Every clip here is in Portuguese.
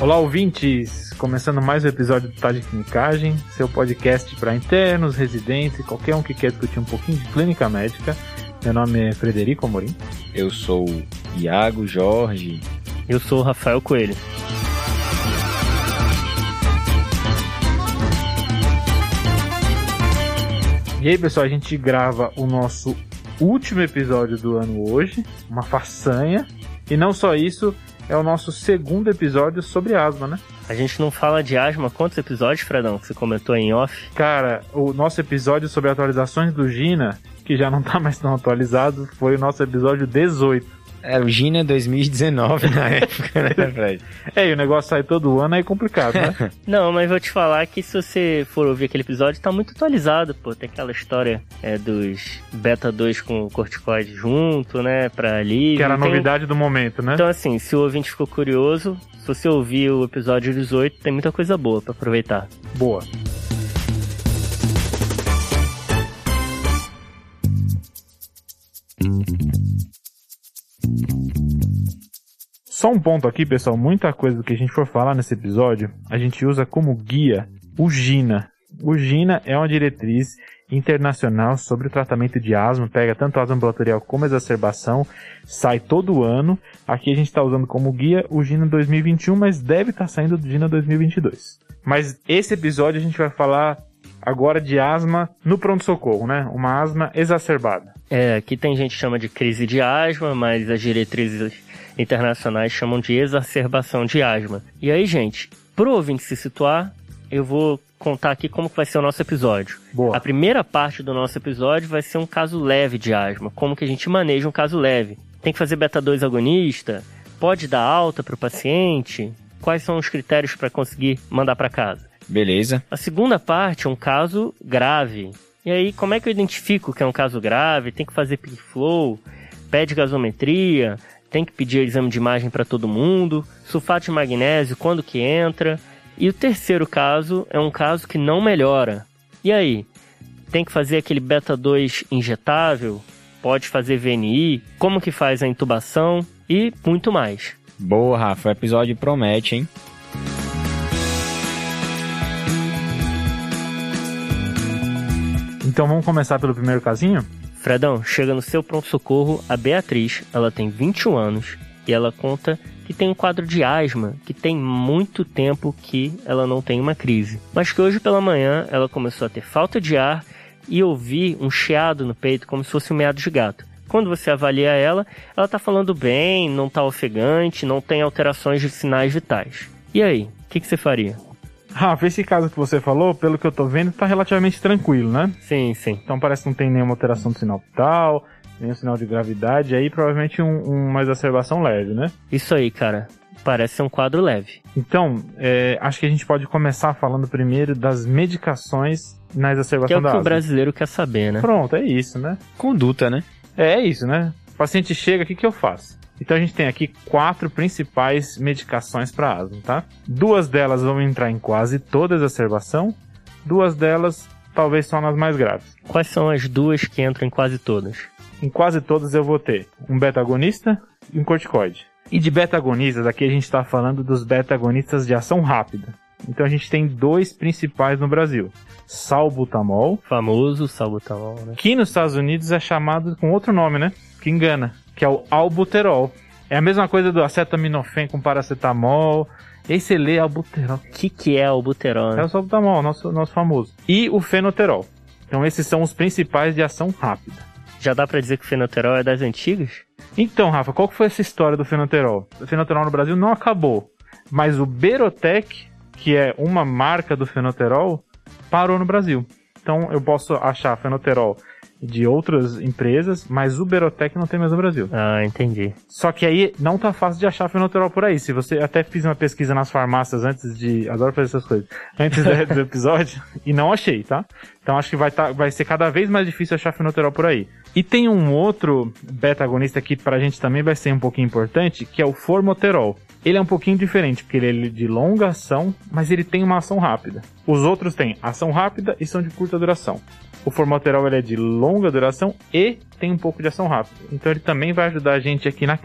Olá, ouvintes! Começando mais um episódio do Tá de Clinicagem, seu podcast para internos, residentes e qualquer um que quer discutir um pouquinho de clínica médica. Meu nome é Frederico Amorim. Eu sou o Iago Jorge. Eu sou o Rafael Coelho. E aí, pessoal, a gente grava o nosso último episódio do ano hoje, uma façanha. E não só isso, é o nosso segundo episódio sobre asma, né? A gente não fala de asma, quantos episódios, Fredão, que você comentou em off? Cara, o nosso episódio sobre atualizações do Gina, que já não tá mais tão atualizado, foi o nosso episódio 18. Era o Gina 2019 na época, né, Fred? E o negócio sai todo ano, aí é complicado, né? Não, mas vou te falar que se você for ouvir aquele episódio, tá muito atualizado, pô. Tem aquela história dos beta 2 com corticoide junto, né, pra alívio. Que era a novidade do momento, né? Então, assim, se o ouvinte ficou curioso, se você ouvir o episódio 18, tem muita coisa boa pra aproveitar. Boa. Só um ponto aqui, pessoal, muita coisa do que a gente for falar nesse episódio, a gente usa como guia o GINA. O GINA é uma diretriz internacional sobre o tratamento de asma, pega tanto asma ambulatorial como exacerbação, sai todo ano. Aqui a gente está usando como guia o GINA 2021, mas deve estar saindo do GINA 2022. Mas esse episódio a gente vai falar agora de asma no pronto-socorro, né? Uma asma exacerbada. Aqui tem gente que chama de crise de asma, mas as diretrizes internacionais chamam de exacerbação de asma. E aí, gente, pro ouvinte se situar, eu vou contar aqui como que vai ser o nosso episódio. Boa. A primeira parte do nosso episódio vai ser um caso leve de asma, como que a gente maneja um caso leve. Tem que fazer beta 2 agonista? Pode dar alta para o paciente? Quais são os critérios para conseguir mandar para casa? Beleza. A segunda parte é um caso grave. E aí, como é que eu identifico que é um caso grave? Tem que fazer peak flow, pede gasometria, tem que pedir exame de imagem para todo mundo, sulfato de magnésio, quando que entra. E o terceiro caso é um caso que não melhora. E aí? Tem que fazer aquele beta 2 injetável? Pode fazer VNI? Como que faz a intubação? E muito mais. Boa, Rafa. O episódio promete, hein? Então vamos começar pelo primeiro casinho? Fredão, chega no seu pronto-socorro a Beatriz, ela tem 21 anos e ela conta que tem um quadro de asma, que tem muito tempo que ela não tem uma crise. Mas que hoje pela manhã ela começou a ter falta de ar e ouvir um chiado no peito como se fosse um miado de gato. Quando você avalia ela tá falando bem, não tá ofegante, não tem alterações de sinais vitais. E aí, o que você faria? Rafa, esse caso que você falou, pelo que eu tô vendo, tá relativamente tranquilo, né? Sim, sim. Então parece que não tem nenhuma alteração do sinal vital, nenhum sinal de gravidade, aí provavelmente uma exacerbação leve, né? Isso aí, cara. Parece ser um quadro leve. Então, acho que a gente pode começar falando primeiro das medicações na exacerbação da asma. Que é o que o brasileiro quer saber, né? Pronto, é isso, né? Conduta, né? É isso, né? O paciente chega, o que eu faço? Então a gente tem aqui 4 principais medicações para asma, tá? 2 delas vão entrar em quase toda exacerbação, 2 delas talvez só nas mais graves. Quais são as 2 que entram em quase todas? Em quase todas eu vou ter um beta-agonista e um corticoide. E de beta-agonistas, aqui a gente está falando dos beta-agonistas de ação rápida. Então a gente tem 2 principais no Brasil. Salbutamol. Famoso salbutamol, né? Que nos Estados Unidos é chamado com outro nome, né? Que engana. Que é o albuterol. É a mesma coisa do acetaminofén com paracetamol. E aí você lê albuterol. O que é albuterol? Né? É o salbutamol, nosso famoso. E o fenoterol. Então esses são os principais de ação rápida. Já dá pra dizer que o fenoterol é das antigas? Então, Rafa, qual que foi essa história do fenoterol? O fenoterol no Brasil não acabou. Mas o Berotec, que é uma marca do fenoterol, parou no Brasil. Então eu posso achar fenoterol de outras empresas, mas o Berotec não tem mais no Brasil. Ah, entendi. Só que aí não tá fácil de achar fenoterol por aí. Se você até fiz uma pesquisa nas farmácias antes de... Adoro fazer essas coisas. Antes do episódio, e não achei, tá? Então acho que vai ser cada vez mais difícil achar fenoterol por aí. E tem um outro beta-agonista que pra gente também vai ser um pouquinho importante, que é o formoterol. Ele é um pouquinho diferente, porque ele é de longa ação, mas ele tem uma ação rápida. Os outros têm ação rápida e são de curta duração. O formoterol ele é de longa duração e tem um pouco de ação rápida. Então ele também vai ajudar a gente aqui na crise.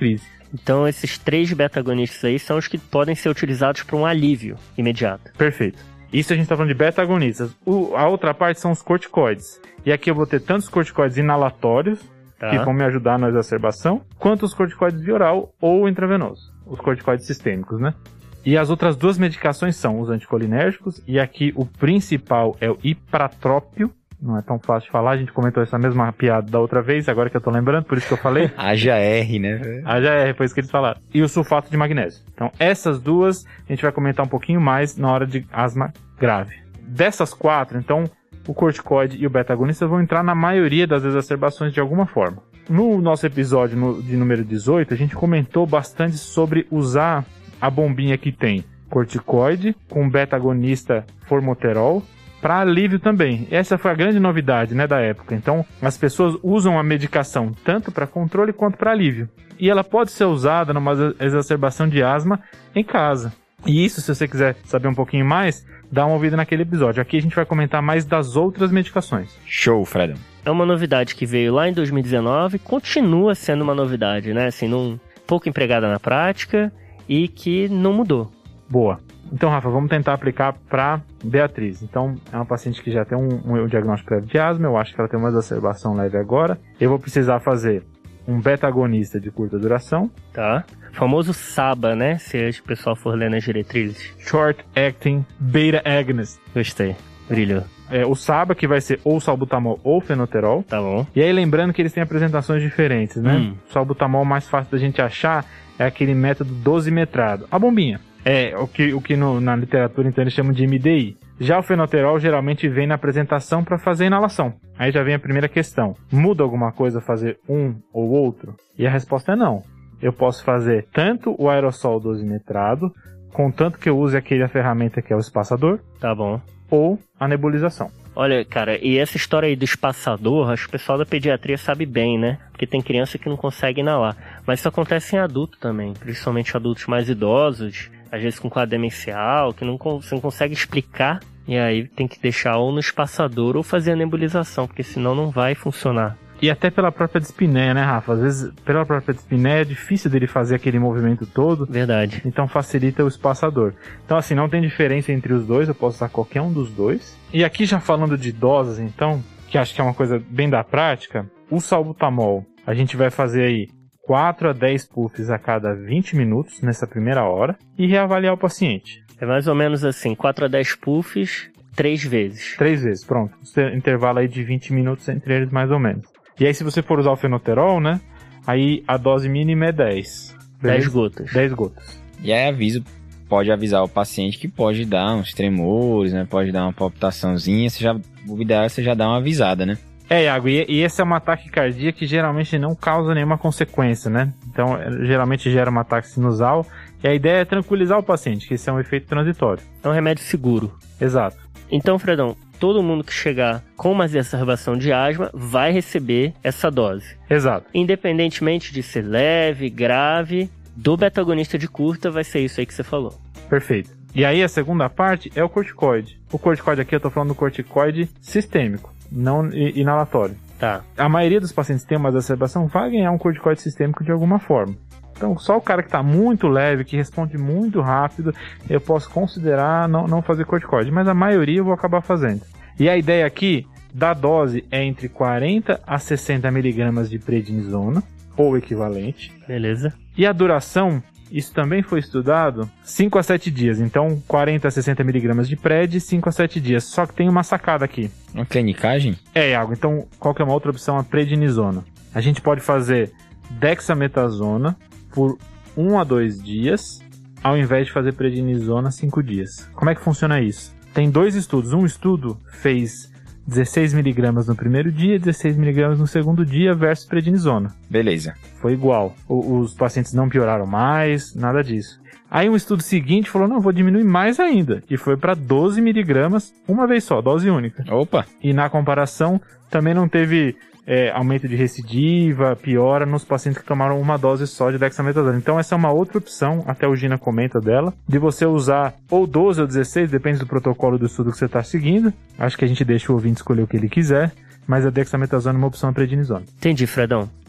Então esses 3 beta-agonistas aí são os que podem ser utilizados para um alívio imediato. Perfeito. Isso a gente está falando de beta-agonistas. A outra parte são os corticoides. E aqui eu vou ter tanto os corticoides inalatórios, Tá. que vão me ajudar na exacerbação, quanto os corticoides via oral ou intravenoso. Os corticoides sistêmicos, né? E as outras 2 medicações são os anticolinérgicos, e aqui o principal é o ipratrópio. Não é tão fácil de falar, a gente comentou essa mesma piada da outra vez, agora que eu tô lembrando, por isso que eu falei. Haja R, né? Já é, foi isso que eles falaram. E o sulfato de magnésio. Então, essas 2 a gente vai comentar um pouquinho mais na hora de asma grave. Dessas 4, então, o corticoide e o beta-agonista vão entrar na maioria das exacerbações de alguma forma. No nosso episódio de número 18, a gente comentou bastante sobre usar a bombinha que tem corticoide com beta-agonista formoterol para alívio também. Essa foi a grande novidade, né, da época. Então, as pessoas usam a medicação tanto para controle quanto para alívio. E ela pode ser usada numa exacerbação de asma em casa. E isso, se você quiser saber um pouquinho mais, dá uma ouvida naquele episódio. Aqui a gente vai comentar mais das outras medicações. Show, Fredão. É uma novidade que veio lá em 2019, continua sendo uma novidade, né? Assim, pouco empregada na prática e que não mudou. Boa. Então, Rafa, vamos tentar aplicar para Beatriz. Então, é uma paciente que já tem um diagnóstico prévio de asma. Eu acho que ela tem uma exacerbação leve agora. Eu vou precisar fazer um beta-agonista de curta duração. Tá. Famoso SABA, né? Se o pessoal for ler nas diretrizes. Short Acting Beta Agonist. Gostei. Brilhou. O SABA, que vai ser ou salbutamol ou fenoterol. Tá bom. E aí, lembrando que eles têm apresentações diferentes, né? O salbutamol mais fácil da gente achar é aquele método dosimetrado. A bombinha. É o que na literatura então eles chamam de MDI. Já o fenoterol geralmente vem na apresentação para fazer inalação. Aí já vem a primeira questão. Muda alguma coisa fazer um ou outro? E a resposta é não. Eu posso fazer tanto o aerossol dosimetrado, contanto que eu use aquela ferramenta que é o espaçador. Tá bom. Ou a nebulização. Olha, cara, e essa história aí do espaçador, acho que o pessoal da pediatria sabe bem, né? Porque tem criança que não consegue inalar. Mas isso acontece em adulto também, principalmente adultos mais idosos, às vezes com quadro demencial, que você não consegue explicar, e aí tem que deixar ou no espaçador ou fazer a nebulização, porque senão não vai funcionar. E até pela própria dispneia, né, Rafa? Às vezes, pela própria dispneia é difícil dele fazer aquele movimento todo. Verdade. Então facilita o espaçador. Então assim, não tem diferença entre os dois, eu posso usar qualquer um dos dois. E aqui já falando de doses, então, que acho que é uma coisa bem da prática, o salbutamol, a gente vai fazer aí 4 a 10 puffs a cada 20 minutos nessa primeira hora e reavaliar o paciente. É mais ou menos assim, 4 a 10 puffs, 3 vezes. 3 vezes, pronto. Intervalo aí de 20 minutos entre eles mais ou menos. E aí se você for usar o fenoterol, né, aí a dose mínima é 10. Beleza? 10 gotas. 10 gotas. E aí pode avisar o paciente que pode dar uns tremores, né, pode dar uma palpitaçãozinha, o ideal é você já dar uma avisada, né? Iago, e esse é uma taquicardia que geralmente não causa nenhuma consequência, né? Então, geralmente gera um ataque sinusal, e a ideia é tranquilizar o paciente, que esse é um efeito transitório. É um remédio seguro. Exato. Então, Fredão, todo mundo que chegar com uma exacerbação de asma vai receber essa dose. Exato. Independentemente de ser leve, grave, do beta-agonista de curta vai ser isso aí que você falou. Perfeito. E aí a segunda parte é o corticoide. O corticoide aqui eu tô falando do corticoide sistêmico, não inalatório. Tá. A maioria dos pacientes que tem uma exacerbação vai ganhar um corticoide sistêmico de alguma forma. Então, só o cara que está muito leve, que responde muito rápido, eu posso considerar não fazer corticoide, mas a maioria eu vou acabar fazendo. E a ideia aqui da dose é entre 40 a 60 miligramas de prednisona, ou equivalente. Beleza. E a duração, isso também foi estudado, 5 a 7 dias. Então, 40 a 60 miligramas de pred, 5 a 7 dias. Só que tem uma sacada aqui. Uma clinicagem? Iago. Então, qual que é uma outra opção? A prednisona. A gente pode fazer dexametasona por 1 a 2 dias, ao invés de fazer prednisona 5 dias. Como é que funciona isso? Tem 2 estudos. Um estudo fez 16 miligramas no primeiro dia, 16 miligramas no segundo dia versus prednisona. Beleza. Foi igual. Os pacientes não pioraram mais, nada disso. Aí um estudo seguinte falou, não, vou diminuir mais ainda. E foi para 12 miligramas, uma vez só, dose única. Opa! E na comparação, também não teve aumento de recidiva, piora nos pacientes que tomaram uma dose só de dexametasona. Então essa é uma outra opção, até o Gina comenta dela, de você usar ou 12 ou 16, depende do protocolo do estudo que você está seguindo. Acho que a gente deixa o ouvinte escolher o que ele quiser, mas a dexametasona é uma opção prednisona. Entendi, Fredão.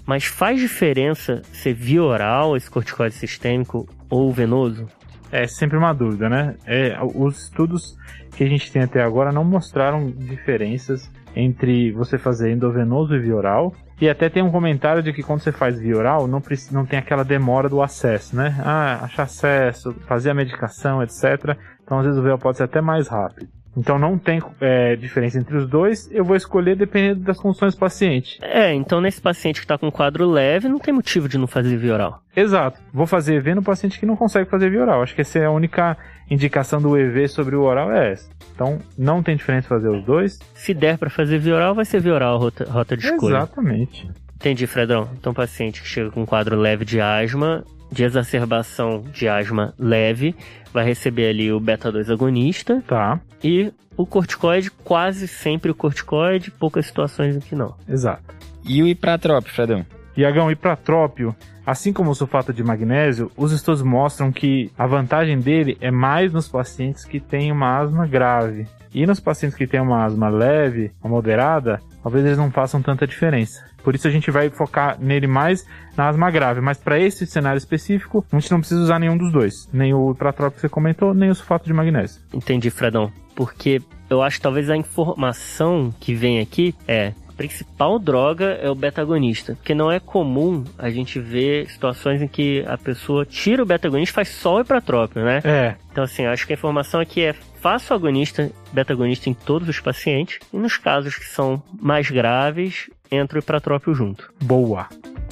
Mas faz diferença ser via oral esse corticoide sistêmico ou venoso? É sempre uma dúvida, né? Os estudos que a gente tem até agora não mostraram diferenças entre você fazer endovenoso e via oral. E até tem um comentário de que quando você faz via oral, não tem aquela demora do acesso, né? Achar acesso, fazer a medicação, etc. Então às vezes o VO pode ser até mais rápido. Então não tem diferença entre os dois, eu vou escolher dependendo das condições do paciente. Então nesse paciente que está com quadro leve, não tem motivo de não fazer via oral. Exato. Vou fazer EV no paciente que não consegue fazer via oral. Acho que essa é a única indicação do EV sobre o oral é essa. Então não tem diferença fazer os dois. Se der para fazer via oral, vai ser via oral a rota de escolha. Exatamente. Entendi, Fredão. Então paciente que chega com quadro leve de asma, de exacerbação de asma leve, vai receber ali o beta-2 agonista. Tá. E o corticoide, quase sempre o corticoide, poucas situações em que não. Exato. E o ipratrópio, Fredão? Iagão, o ipratrópio, assim como o sulfato de magnésio, os estudos mostram que a vantagem dele é mais nos pacientes que têm uma asma grave. E nos pacientes que têm uma asma leve ou moderada, talvez eles não façam tanta diferença. Por isso a gente vai focar nele mais na asma grave. Mas para esse cenário específico, a gente não precisa usar nenhum dos dois. Nem o ipratrópio que você comentou, nem o sulfato de magnésio. Entendi, Fredão. Porque eu acho que talvez a informação que vem aqui é... A principal droga é o beta-agonista, porque não é comum a gente ver situações em que a pessoa tira o beta-agonista e faz só o ipratrópio, né? Então, assim, eu acho que a informação aqui é faça o agonista, beta-agonista em todos os pacientes, e nos casos que são mais graves, entra o ipratrópio junto. Boa!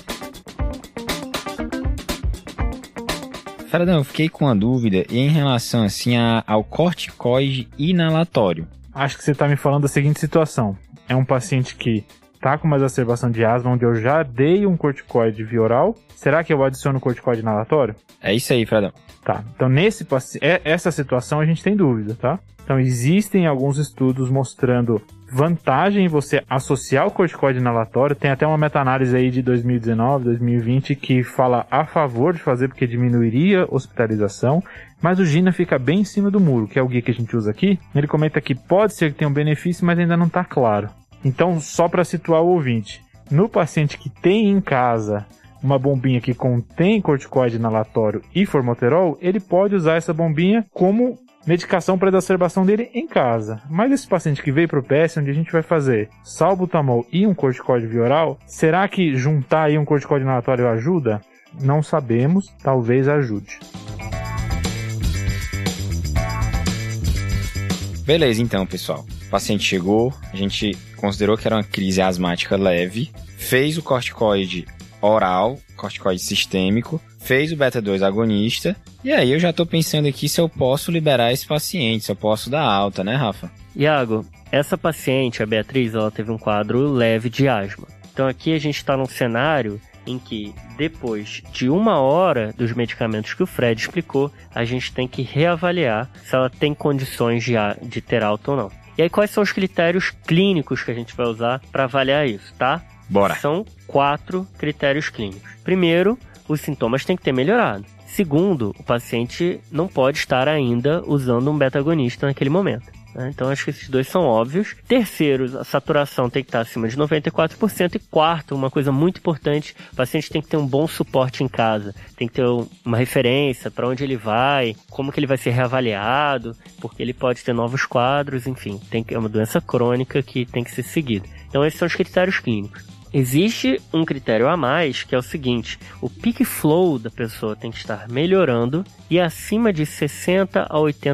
Fredão, eu fiquei com uma dúvida em relação, assim, ao corticoide inalatório. Acho que você está me falando da seguinte situação. É um paciente que está com uma exacerbação de asma, onde eu já dei um corticoide via oral. Será que eu adiciono corticoide inalatório? É isso aí, Fredão. Tá, então essa situação a gente tem dúvida, tá? Então existem alguns estudos mostrando vantagem em você associar o corticoide inalatório. Tem até uma meta-análise aí de 2019, 2020 que fala a favor de fazer porque diminuiria hospitalização. Mas o Gina fica bem em cima do muro, que é o guia que a gente usa aqui. Ele comenta que pode ser que tenha um benefício, mas ainda não está claro. Então, só para situar o ouvinte, no paciente que tem em casa uma bombinha que contém corticoide inalatório e formoterol, ele pode usar essa bombinha como medicação para a exacerbação dele em casa. Mas esse paciente que veio para o PS, onde a gente vai fazer salbutamol e um corticoide via oral, será que juntar aí um corticoide inalatório ajuda? Não sabemos, talvez ajude. Beleza, então, pessoal. O paciente chegou, a gente considerou que era uma crise asmática leve, fez o corticoide oral, corticoide sistêmico, fez o beta-2 agonista, e aí eu já tô pensando aqui se eu posso liberar esse paciente, se eu posso dar alta, né, Rafa? Iago, essa paciente, a Beatriz, ela teve um quadro leve de asma. Então aqui a gente está num cenário em que, depois de 1 hora dos medicamentos que o Fred explicou, a gente tem que reavaliar se ela tem condições de ter alta ou não. E aí, quais são os critérios clínicos que a gente vai usar para avaliar isso, tá? Bora! São 4 critérios clínicos. Primeiro, os sintomas têm que ter melhorado. Segundo, o paciente não pode estar ainda usando um beta-agonista naquele momento. Então, acho que esses dois são óbvios. Terceiro, a saturação tem que estar acima de 94%. E quarto, uma coisa muito importante, o paciente tem que ter um bom suporte em casa. Tem que ter uma referência para onde ele vai, como que ele vai ser reavaliado, porque ele pode ter novos quadros, enfim. É uma doença crônica que tem que ser seguida. Então, esses são os critérios clínicos. Existe um critério a mais, que é o seguinte: o peak flow da pessoa tem que estar melhorando e acima de 60% a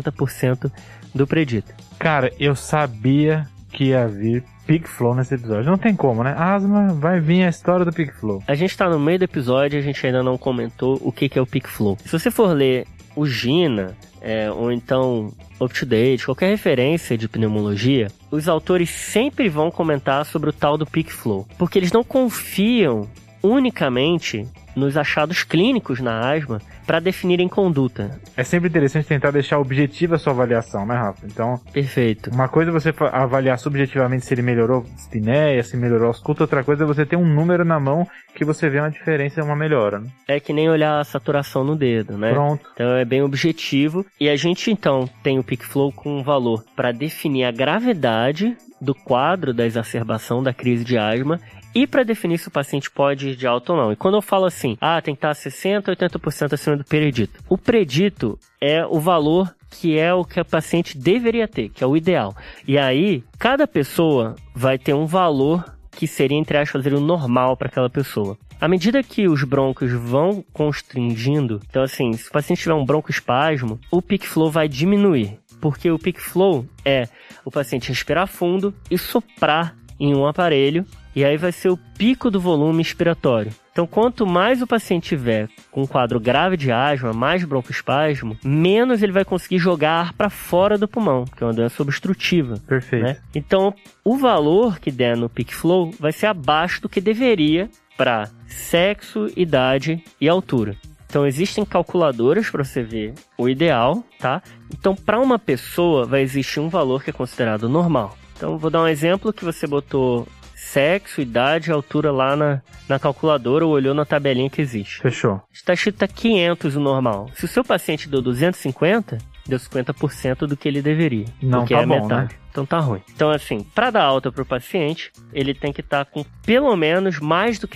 80% do predito. Cara, eu sabia que ia vir peak flow nesse episódio. Não tem como, né? Asma, vai vir a história do peak flow. A gente tá no meio do episódio e a gente ainda não comentou o que é o peak flow. Se você for ler o Gina, ou então UpToDate, qualquer referência de pneumologia, os autores sempre vão comentar sobre o tal do peak flow, porque eles não confiam unicamente nos achados clínicos na asma para definirem conduta. É sempre interessante tentar deixar objetiva a sua avaliação, né, Rafa? Então, perfeito. Uma coisa é você avaliar subjetivamente se ele melhorou dispneia, se melhorou a ausculta, outra coisa é você ter um número na mão que você vê uma diferença e uma melhora, né? É que nem olhar a saturação no dedo, né? Pronto. Então é bem objetivo. E a gente, então, tem o peak flow com um valor para definir a gravidade do quadro da exacerbação da crise de asma e para definir se o paciente pode ir de alta ou não. E quando eu falo assim, tem que estar 60%, 80% acima do predito. O predito é o valor que é o que o paciente deveria ter, que é o ideal. E aí, cada pessoa vai ter um valor que seria, entre aspas, o normal para aquela pessoa. À medida que os brônquios vão constringindo, então assim, se o paciente tiver um broncoespasmo, o peak flow vai diminuir. Porque o peak flow é o paciente respirar fundo e soprar em um aparelho, e aí vai ser o pico do volume expiratório. Então, quanto mais o paciente tiver com um quadro grave de asma, mais broncoespasmo, menos ele vai conseguir jogar ar para fora do pulmão, que é uma doença obstrutiva. Perfeito. Né? Então, o valor que der no peak flow vai ser abaixo do que deveria para sexo, idade e altura. Então, existem calculadoras para você ver o ideal, tá? Então, para uma pessoa, vai existir um valor que é considerado normal. Então, vou dar um exemplo que você botou sexo, idade e altura lá na calculadora ou olhou na tabelinha que existe. Fechou. Está escrito 500 o normal. Se o seu paciente deu 250, deu 50% do que ele deveria. Não, porque tá é a bom, metade. né? Então tá ruim. Então assim, para dar alta para o paciente, ele tem que estar com pelo menos mais do que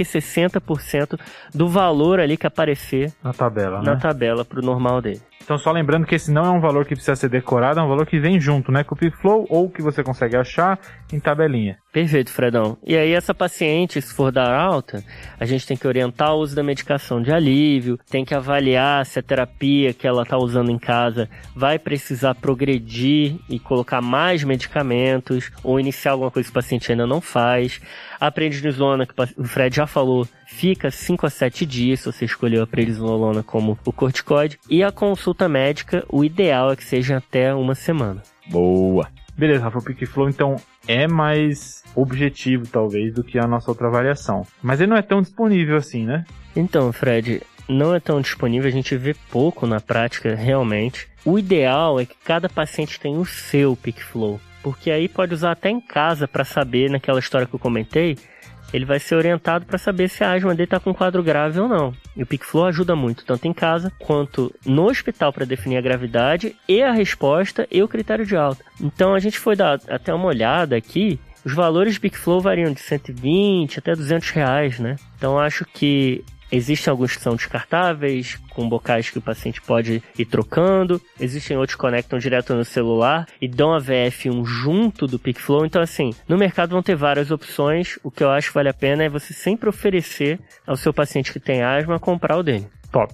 60% do valor ali que aparecer na tabela, na né? tabela para o normal dele. Então só lembrando que esse não é um valor que precisa ser decorado, é um valor que vem junto, né? Com o peak flow ou que você consegue achar em tabelinha. Perfeito, Fredão. E aí essa paciente, se for dar alta, a gente tem que orientar o uso da medicação de alívio, tem que avaliar se a terapia que ela está usando em casa vai precisar progredir e colocar mais medicamentos ou iniciar alguma coisa que o paciente ainda não faz. A prednisolona, que o Fred já falou, fica 5 a 7 dias se você escolheu a prednisolona como o corticoide. E a consulta médica, o ideal é que seja até uma semana. Boa! Beleza, Rafa, o peak flow então é mais objetivo talvez do que a nossa outra variação. Mas ele não é tão disponível assim, né? Então, Fred, não é tão disponível, a gente vê pouco na prática realmente. O ideal é que cada paciente tenha o seu peak flow, porque aí pode usar até em casa para saber, naquela história que eu comentei, ele vai ser orientado para saber se a asma dele está com quadro grave ou não. E o peak flow ajuda muito, tanto em casa quanto no hospital, para definir a gravidade e a resposta e o critério de alta. Então a gente foi dar até uma olhada aqui, os valores de peak flow variam de 120 até R$200, né? Então acho que existem alguns que são descartáveis, com bocais que o paciente pode ir trocando. Existem outros que conectam direto no celular e dão a VF1 junto do peak flow. Então, assim, no mercado vão ter várias opções. O que eu acho que vale a pena é você sempre oferecer ao seu paciente que tem asma comprar o dele. Top.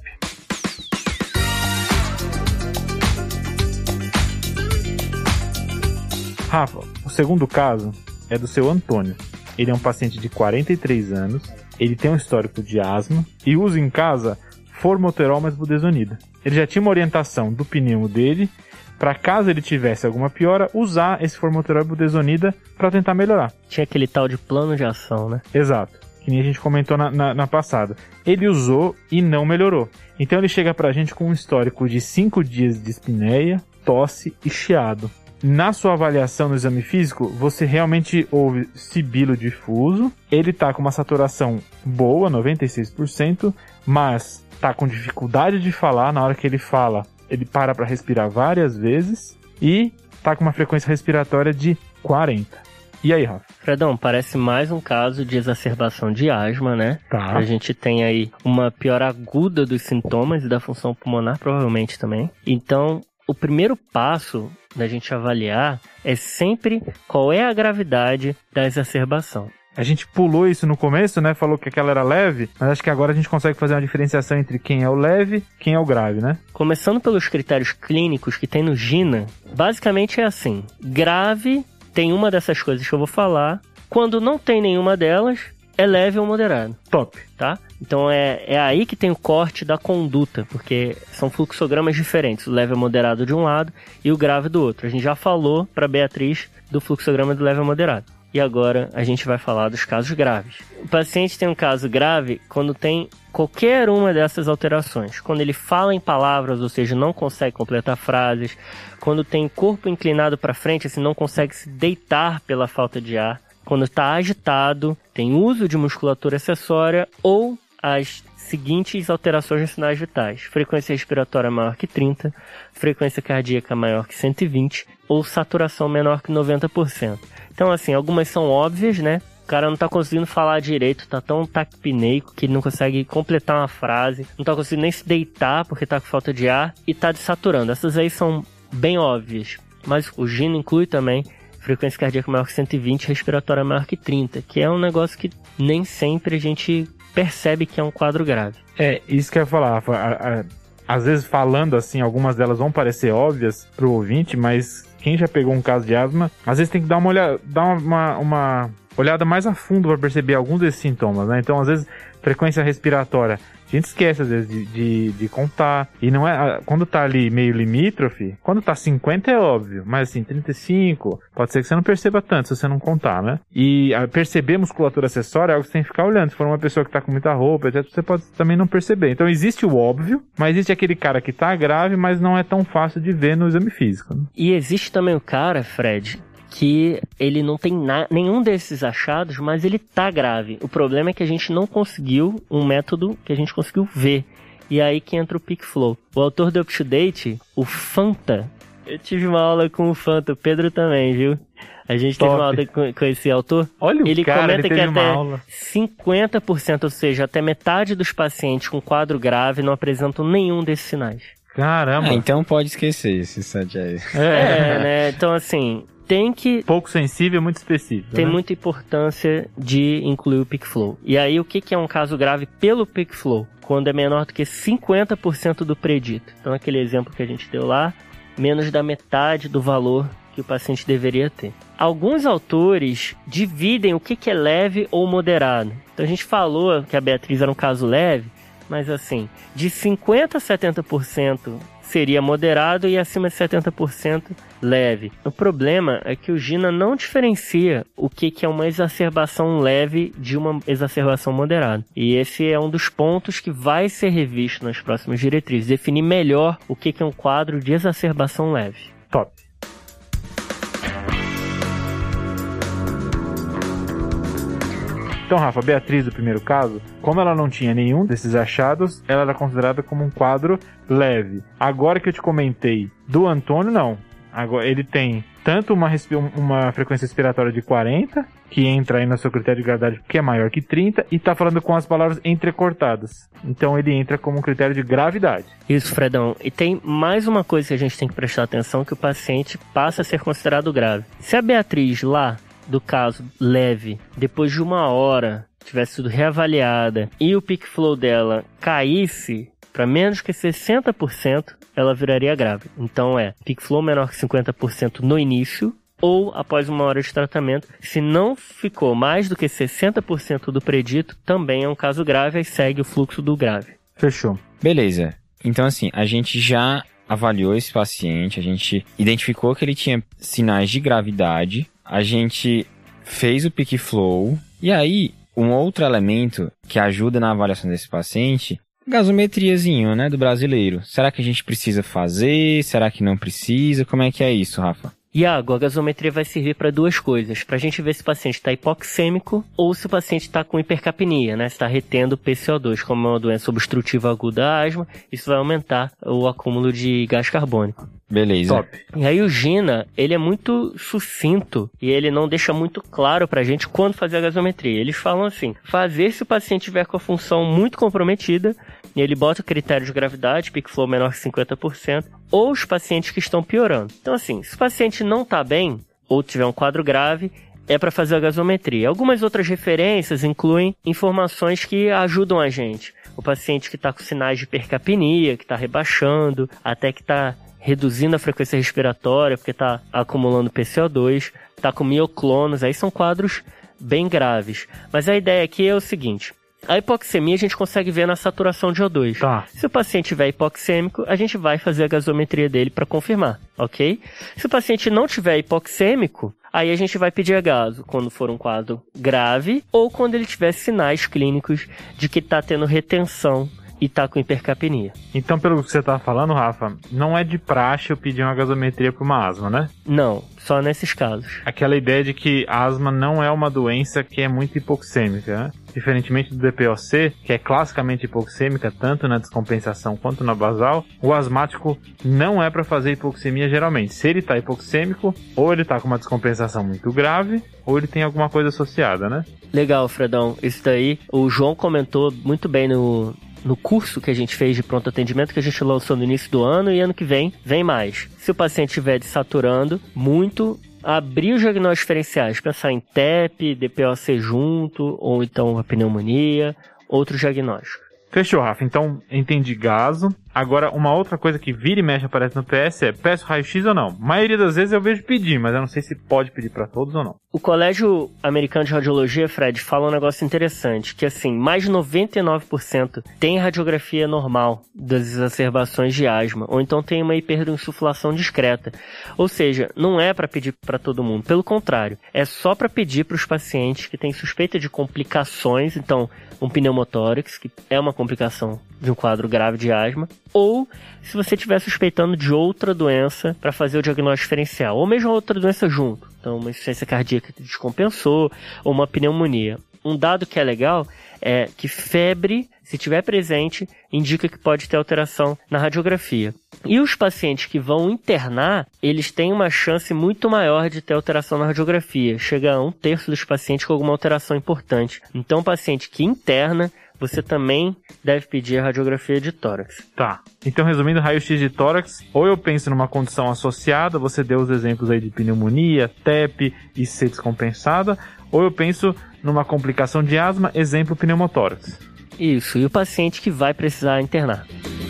Rafa, o segundo caso é do seu Antônio. Ele é um paciente de 43 anos. Ele tem um histórico de asma e usa em casa formoterol mais budesonida. Ele já tinha uma orientação do pneumo dele para, caso ele tivesse alguma piora, usar esse formoterol e budesonida para tentar melhorar. Tinha aquele tal de plano de ação, né? Exato, que nem a gente comentou na passada. Ele usou e não melhorou. Então ele chega pra gente com um histórico de 5 dias de espineia, tosse e chiado. Na sua avaliação no exame físico, você realmente ouve sibilo difuso. Ele está com uma saturação boa, 96%, mas está com dificuldade de falar. Na hora que ele fala, ele para respirar várias vezes e está com uma frequência respiratória de 40. E aí, Rafa? Fredão, parece mais um caso de exacerbação de asma, né? Tá. A gente tem aí uma piora aguda dos sintomas e da função pulmonar, provavelmente também. Então, o primeiro passo da gente avaliar é sempre qual é a gravidade da exacerbação. A gente pulou isso no começo, né? Falou que aquela era leve, mas acho que agora a gente consegue fazer uma diferenciação entre quem é o leve e quem é o grave, né? Começando pelos critérios clínicos que tem no GINA, basicamente é assim: grave tem uma dessas coisas que eu vou falar, quando não tem nenhuma delas, é leve ou moderado. Top. Tá? Então é aí que tem o corte da conduta, porque são fluxogramas diferentes, o leve ou moderado de um lado e o grave do outro. A gente já falou para Beatriz do fluxograma do leve ou moderado. E agora a gente vai falar dos casos graves. O paciente tem um caso grave quando tem qualquer uma dessas alterações. Quando ele fala em palavras, ou seja, não consegue completar frases. Quando tem corpo inclinado para frente, assim, não consegue se deitar pela falta de ar. Quando está agitado, tem uso de musculatura acessória ou as seguintes alterações nos sinais vitais: frequência respiratória maior que 30, frequência cardíaca maior que 120 ou saturação menor que 90%. Então, assim, algumas são óbvias, né? cara não tá conseguindo falar direito, tá tão taquipneico que ele não consegue completar uma frase, não tá conseguindo nem se deitar porque tá com falta de ar e tá desaturando. Essas aí são bem óbvias, mas o Gina inclui também frequência cardíaca maior que 120, respiratória maior que 30, que é um negócio que nem sempre a gente percebe que é um quadro grave. Isso que eu ia falar, às vezes falando assim, algumas delas vão parecer óbvias pro ouvinte, mas quem já pegou um caso de asma, às vezes tem que dar uma olhada mais a fundo para perceber alguns desses sintomas, né? Então, às vezes, frequência respiratória, a gente esquece às vezes de contar, e não é, quando tá ali meio limítrofe, quando tá 50 é óbvio, mas assim, 35, pode ser que você não perceba tanto se você não contar, né? E perceber musculatura acessória é algo que você tem que ficar olhando. Se for uma pessoa que tá com muita roupa, etc., você pode também não perceber. Então existe o óbvio, mas existe aquele cara que tá grave, mas não é tão fácil de ver no exame físico, né? E existe também o cara, Fred, que ele não tem nenhum desses achados, mas ele tá grave. O problema é que a gente não conseguiu um método que a gente conseguiu ver. E aí que entra o PickFlow. O autor do UpToDate, o Fanta, eu tive uma aula com o Fanta, o Pedro também, viu? A gente teve uma aula com esse autor. Olha ele o cara, comenta ele que teve uma até aula. 50%, ou seja, até metade dos pacientes com quadro grave não apresentam nenhum desses sinais. Caramba! Então pode esquecer esse site aí. Né? Então, assim, tem que... Pouco sensível, muito específico. Tem né? muita importância de incluir o PickFlow. E aí, o que é um caso grave pelo PickFlow? Quando é menor do que 50% do predito. Então, aquele exemplo que a gente deu lá, menos da metade do valor que o paciente deveria ter. Alguns autores dividem o que é leve ou moderado. Então, a gente falou que a Beatriz era um caso leve, mas assim, de 50% a 70% seria moderado e acima de 70% leve. O problema é que o Gina não diferencia o que é uma exacerbação leve de uma exacerbação moderada. E esse é um dos pontos que vai ser revisto nas próximas diretrizes. Definir melhor o que é um quadro de exacerbação leve. Top. Então, Rafa, a Beatriz, do primeiro caso, como ela não tinha nenhum desses achados, ela era considerada como um quadro leve. Agora que eu te comentei do Antônio, não. Agora, ele tem tanto uma frequência respiratória de 40, que entra aí no seu critério de gravidade, que é maior que 30, e tá falando com as palavras entrecortadas. Então ele entra como um critério de gravidade. Isso, Fredão. E tem mais uma coisa que a gente tem que prestar atenção, que o paciente passa a ser considerado grave. Se a Beatriz lá, do caso leve, depois de 1 hora, tivesse sido reavaliada e o PickFlow dela caísse para menos que 60%, ela viraria grave. Então PickFlow menor que 50% no início ou após 1 hora de tratamento. Se não ficou mais do que 60% do predito, também é um caso grave e segue o fluxo do grave. Fechou. Beleza. Então, assim, a gente já avaliou esse paciente, a gente identificou que ele tinha sinais de gravidade, a gente fez o PickFlow, e aí, um outro elemento que ajuda na avaliação desse paciente, gasometriazinho, né, do brasileiro. Será que a gente precisa fazer? Será que não precisa? Como é que é isso, Rafa? Iago, a gasometria vai servir para 2 coisas. Para a gente ver se o paciente está hipoxêmico ou se o paciente está com hipercapnia, né? Se está retendo PCO2, como é uma doença obstrutiva aguda da asma, isso vai aumentar o acúmulo de gás carbônico. Beleza. Top. E aí o Gina, ele é muito sucinto e ele não deixa muito claro pra gente quando fazer a gasometria. Eles falam assim, fazer se o paciente tiver com a função muito comprometida, e ele bota o critério de gravidade, PickFlow menor que 50%, ou os pacientes que estão piorando. Então assim, se o paciente não tá bem, ou tiver um quadro grave, é para fazer a gasometria. Algumas outras referências incluem informações que ajudam a gente. O paciente que está com sinais de hipercapnia, que está rebaixando, até que está reduzindo a frequência respiratória, porque está acumulando PCO2, está com mioclonos, aí são quadros bem graves. Mas a ideia aqui é o seguinte, a hipoxemia a gente consegue ver na saturação de O2. Tá. Se o paciente estiver hipoxêmico, a gente vai fazer a gasometria dele para confirmar, ok? Se o paciente não estiver hipoxêmico, aí a gente vai pedir a gaso quando for um quadro grave ou quando ele tiver sinais clínicos de que está tendo retenção e tá com hipercapnia. Então, pelo que você tá falando, Rafa, não é de praxe eu pedir uma gasometria para uma asma, né? Não, só nesses casos. Aquela ideia de que a asma não é uma doença que é muito hipoxêmica, né? Diferentemente do DPOC, que é classicamente hipoxêmica, tanto na descompensação quanto na basal, o asmático não é para fazer hipoxemia geralmente. Se ele tá hipoxêmico, ou ele tá com uma descompensação muito grave, ou ele tem alguma coisa associada, né? Legal, Fredão. Isso daí, o João comentou muito bem no curso que a gente fez de pronto atendimento, que a gente lançou no início do ano, e ano que vem mais. Se o paciente estiver desaturando muito, abrir os diagnósticos diferenciais, pensar em TEP, DPOC junto, ou então a pneumonia, outros diagnósticos. Fechou, Rafa. Então, entendi gaso. Agora, uma outra coisa que vira e mexe aparece no PS é, peço raio-x ou não? A maioria das vezes eu vejo pedir, mas eu não sei se pode pedir para todos ou não. O Colégio Americano de Radiologia, Fred, fala um negócio interessante, que assim, mais de 99% tem radiografia normal das exacerbações de asma, ou então tem uma hiperinsuflação discreta. Ou seja, não é para pedir para todo mundo, pelo contrário, é só para pedir para os pacientes que têm suspeita de complicações, então um pneumotórax, que é uma complicação de um quadro grave de asma, ou se você estiver suspeitando de outra doença para fazer o diagnóstico diferencial, ou mesmo outra doença junto, então uma insuficiência cardíaca que descompensou, ou uma pneumonia. Um dado que é legal é que febre, se estiver presente, indica que pode ter alteração na radiografia. E os pacientes que vão internar, eles têm uma chance muito maior de ter alteração na radiografia. Chega a 1/3 dos pacientes com alguma alteração importante. Então, o paciente que interna, você também deve pedir a radiografia de tórax. Tá. Então, resumindo, raio-x de tórax, ou eu penso numa condição associada, você deu os exemplos aí de pneumonia, TEP, IC descompensada, ou eu penso numa complicação de asma, exemplo pneumotórax. Isso, e o paciente que vai precisar internar.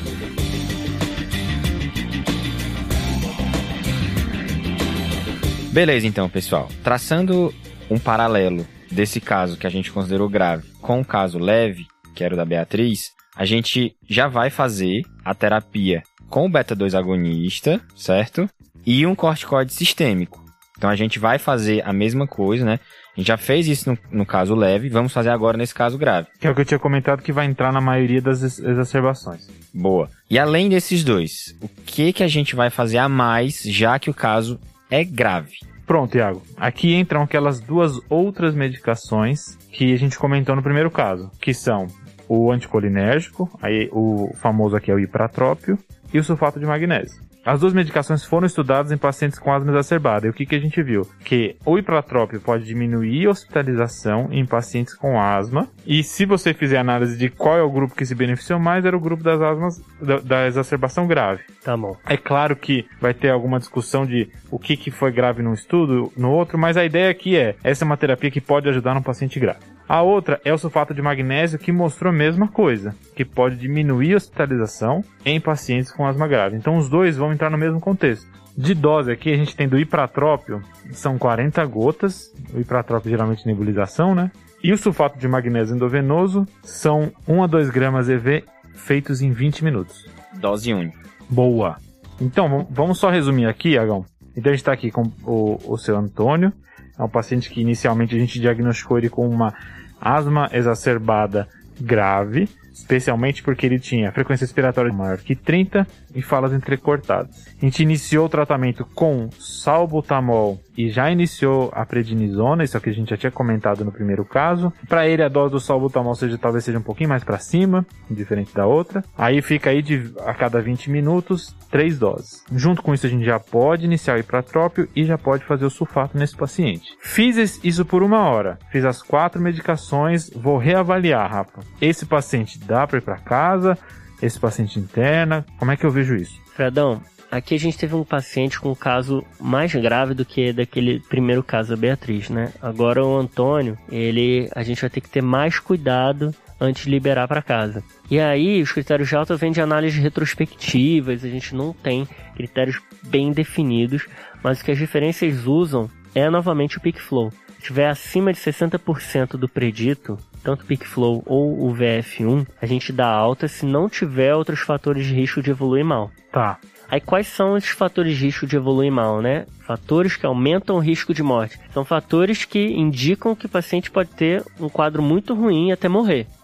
Beleza, então, pessoal. Traçando um paralelo desse caso que a gente considerou grave com o caso leve, que era o da Beatriz, a gente já vai fazer a terapia com o beta-2 agonista, certo? E um corticoide sistêmico. Então a gente vai fazer a mesma coisa, né? A gente já fez isso no caso leve, vamos fazer agora nesse caso grave. Que é o que eu tinha comentado que vai entrar na maioria das exacerbações. Boa. E além desses dois, o que a gente vai fazer a mais, já que o caso é grave? Pronto, Iago. Aqui entram aquelas duas outras medicações que a gente comentou no primeiro caso, que são o anticolinérgico, aí o famoso aqui é o ipratrópio, e o sulfato de magnésio. As duas medicações foram estudadas em pacientes com asma exacerbada. E o que a gente viu? Que o ipratrópio pode diminuir a hospitalização em pacientes com asma. E se você fizer análise de qual é o grupo que se beneficiou mais, era o grupo das asmas da exacerbação grave. Tá bom. É claro que vai ter alguma discussão de o que foi grave num estudo, no outro, mas a ideia aqui essa é uma terapia que pode ajudar num paciente grave. A outra é o sulfato de magnésio, que mostrou a mesma coisa, que pode diminuir a hospitalização em pacientes com asma grave. Então os dois vão entrar no mesmo contexto. De dose aqui a gente tem do ipratrópio, são 40 gotas, o ipratrópio geralmente nebulização, né? E o sulfato de magnésio endovenoso são 1 a 2 gramas EV feitos em 20 minutos. Dose única. Boa! Então vamos só resumir aqui, Iagão. Então a gente está aqui com o seu Antônio, é um paciente que inicialmente a gente diagnosticou ele com uma asma exacerbada grave, especialmente porque ele tinha frequência respiratória maior que 30 e falas entrecortadas. A gente iniciou o tratamento com salbutamol e já iniciou a prednisona, isso aqui a gente já tinha comentado no primeiro caso. Para ele a dose do salbutamol talvez seja um pouquinho mais para cima, diferente da outra. Aí fica aí a cada 20 minutos, 3 doses. Junto com isso a gente já pode iniciar o ipratrópio e já pode fazer o sulfato nesse paciente. Fiz isso por 1 hora, fiz as 4 medicações, vou reavaliar, Rafa. Esse paciente dá para ir para casa? Esse paciente interna? Como é que eu vejo isso? Fredão, aqui a gente teve um paciente com um caso mais grave do que daquele primeiro caso da Beatriz, né? Agora o Antônio, a gente vai ter que ter mais cuidado antes de liberar para casa. E aí, os critérios de alta vêm de análises retrospectivas, a gente não tem critérios bem definidos, mas o que as referências usam é novamente o peak flow. Se tiver acima de 60% do predito, tanto o peak flow ou o VF1, a gente dá alta se não tiver outros fatores de risco de evoluir mal. Tá. Aí quais são esses fatores de risco de evoluir mal, né? Fatores que aumentam o risco de morte. São fatores que indicam que o paciente pode ter um quadro muito ruim até morrer.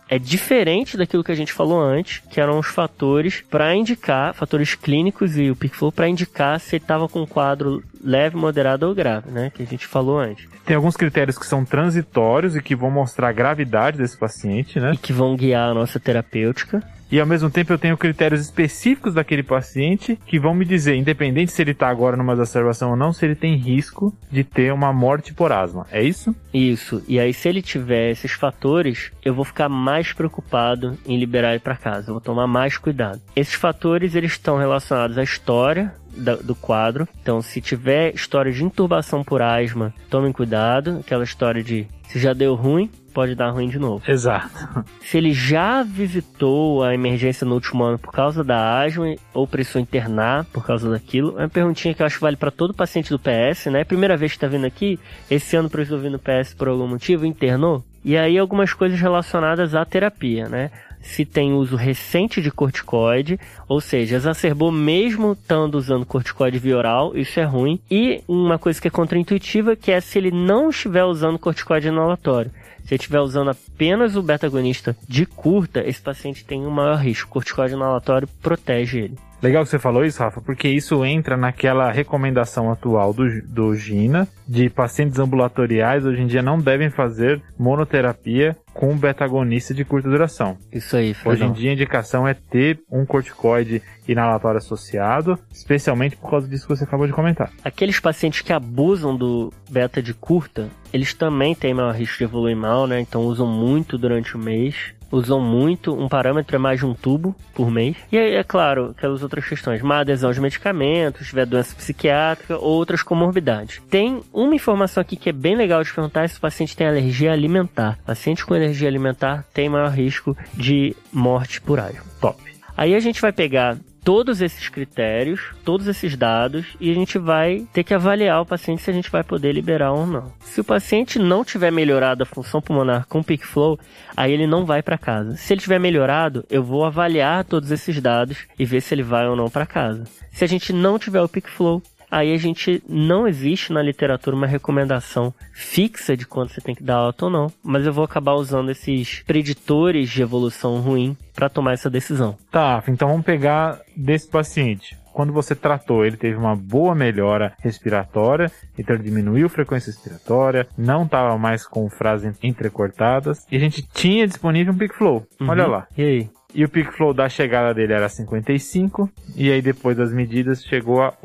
é diferente daquilo que a gente falou antes, que eram os fatores para indicar, fatores clínicos e o PickFlow para indicar se ele estava com um quadro leve, moderado ou grave, né? Que a gente falou antes. Tem alguns critérios que são transitórios e que vão mostrar a gravidade desse paciente, né? E que vão guiar a nossa terapêutica. E ao mesmo tempo eu tenho critérios específicos daquele paciente que vão me dizer, independente se ele está agora numa exacerbação ou não, se ele tem risco de ter uma morte por asma. É isso? Isso. E aí se ele tiver esses fatores, eu vou ficar mais preocupado em liberar ele para casa. Eu vou tomar mais cuidado. Esses fatores, eles estão relacionados à história do quadro. Então, se tiver história de intubação por asma, tomem cuidado. Aquela história de se já deu ruim, pode dar ruim de novo. Exato. Se ele já visitou a emergência no último ano por causa da asma ou precisou internar por causa daquilo, é uma perguntinha que eu acho que vale para todo paciente do PS, né? Primeira vez que está vindo aqui, esse ano precisou vir no PS por algum motivo, internou. E aí algumas coisas relacionadas à terapia, né? Se tem uso recente de corticoide, ou seja, exacerbou mesmo estando usando corticoide via oral, isso é ruim. E uma coisa que é contraintuitiva, que é se ele não estiver usando corticoide inalatório. Se ele estiver usando apenas o beta-agonista de curta, esse paciente tem um maior risco. O corticoide inalatório protege ele. Legal que você falou isso, Rafa, porque isso entra naquela recomendação atual do GINA, de pacientes ambulatoriais hoje em dia não devem fazer monoterapia com beta-agonista de curta duração. Isso aí, Fredão. Hoje em dia a indicação é ter um corticoide inalatório associado, especialmente por causa disso que você acabou de comentar. Aqueles pacientes que abusam do beta de curta, eles também têm maior risco de evoluir mal, né? Então usam muito durante o mês. Usam muito, um parâmetro é mais de um tubo por mês. E aí, é claro, aquelas outras questões, má adesão aos medicamentos, tiver doença psiquiátrica ou outras comorbidades. Tem uma informação aqui que é bem legal de perguntar se o paciente tem alergia alimentar. Paciente com alergia alimentar tem maior risco de morte por asma. Top. Aí a gente vai pegar todos esses critérios, todos esses dados, e a gente vai ter que avaliar o paciente se a gente vai poder liberar ou não. Se o paciente não tiver melhorado a função pulmonar com o PickFlow, aí ele não vai para casa. Se ele tiver melhorado, eu vou avaliar todos esses dados e ver se ele vai ou não para casa. Se a gente não tiver o PickFlow, aí a gente não existe na literatura uma recomendação fixa de quando você tem que dar alta ou não, mas eu vou acabar usando esses preditores de evolução ruim para tomar essa decisão. Tá, então vamos pegar desse paciente. Quando você tratou, ele teve uma boa melhora respiratória, então ele diminuiu a frequência respiratória, não estava mais com frases entrecortadas, e a gente tinha disponível um PickFlow. Olha lá. E aí? E o PickFlow da chegada dele era 55, e aí depois das medidas chegou a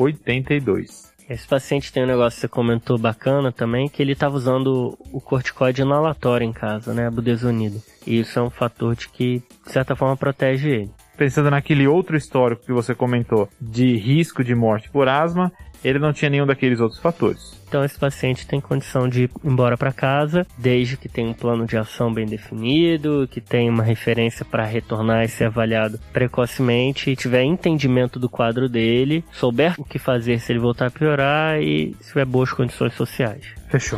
82. Esse paciente tem um negócio que você comentou bacana também, que ele estava usando o corticoide inalatório em casa, né, a budesonida. E isso é um fator de que, de certa forma, protege ele. Pensando naquele outro histórico que você comentou, de risco de morte por asma, ele não tinha nenhum daqueles outros fatores. Então esse paciente tem condição de ir embora para casa, desde que tenha um plano de ação bem definido, que tenha uma referência para retornar e ser avaliado precocemente, e tiver entendimento do quadro dele, souber o que fazer se ele voltar a piorar e se tiver boas condições sociais. Fechou.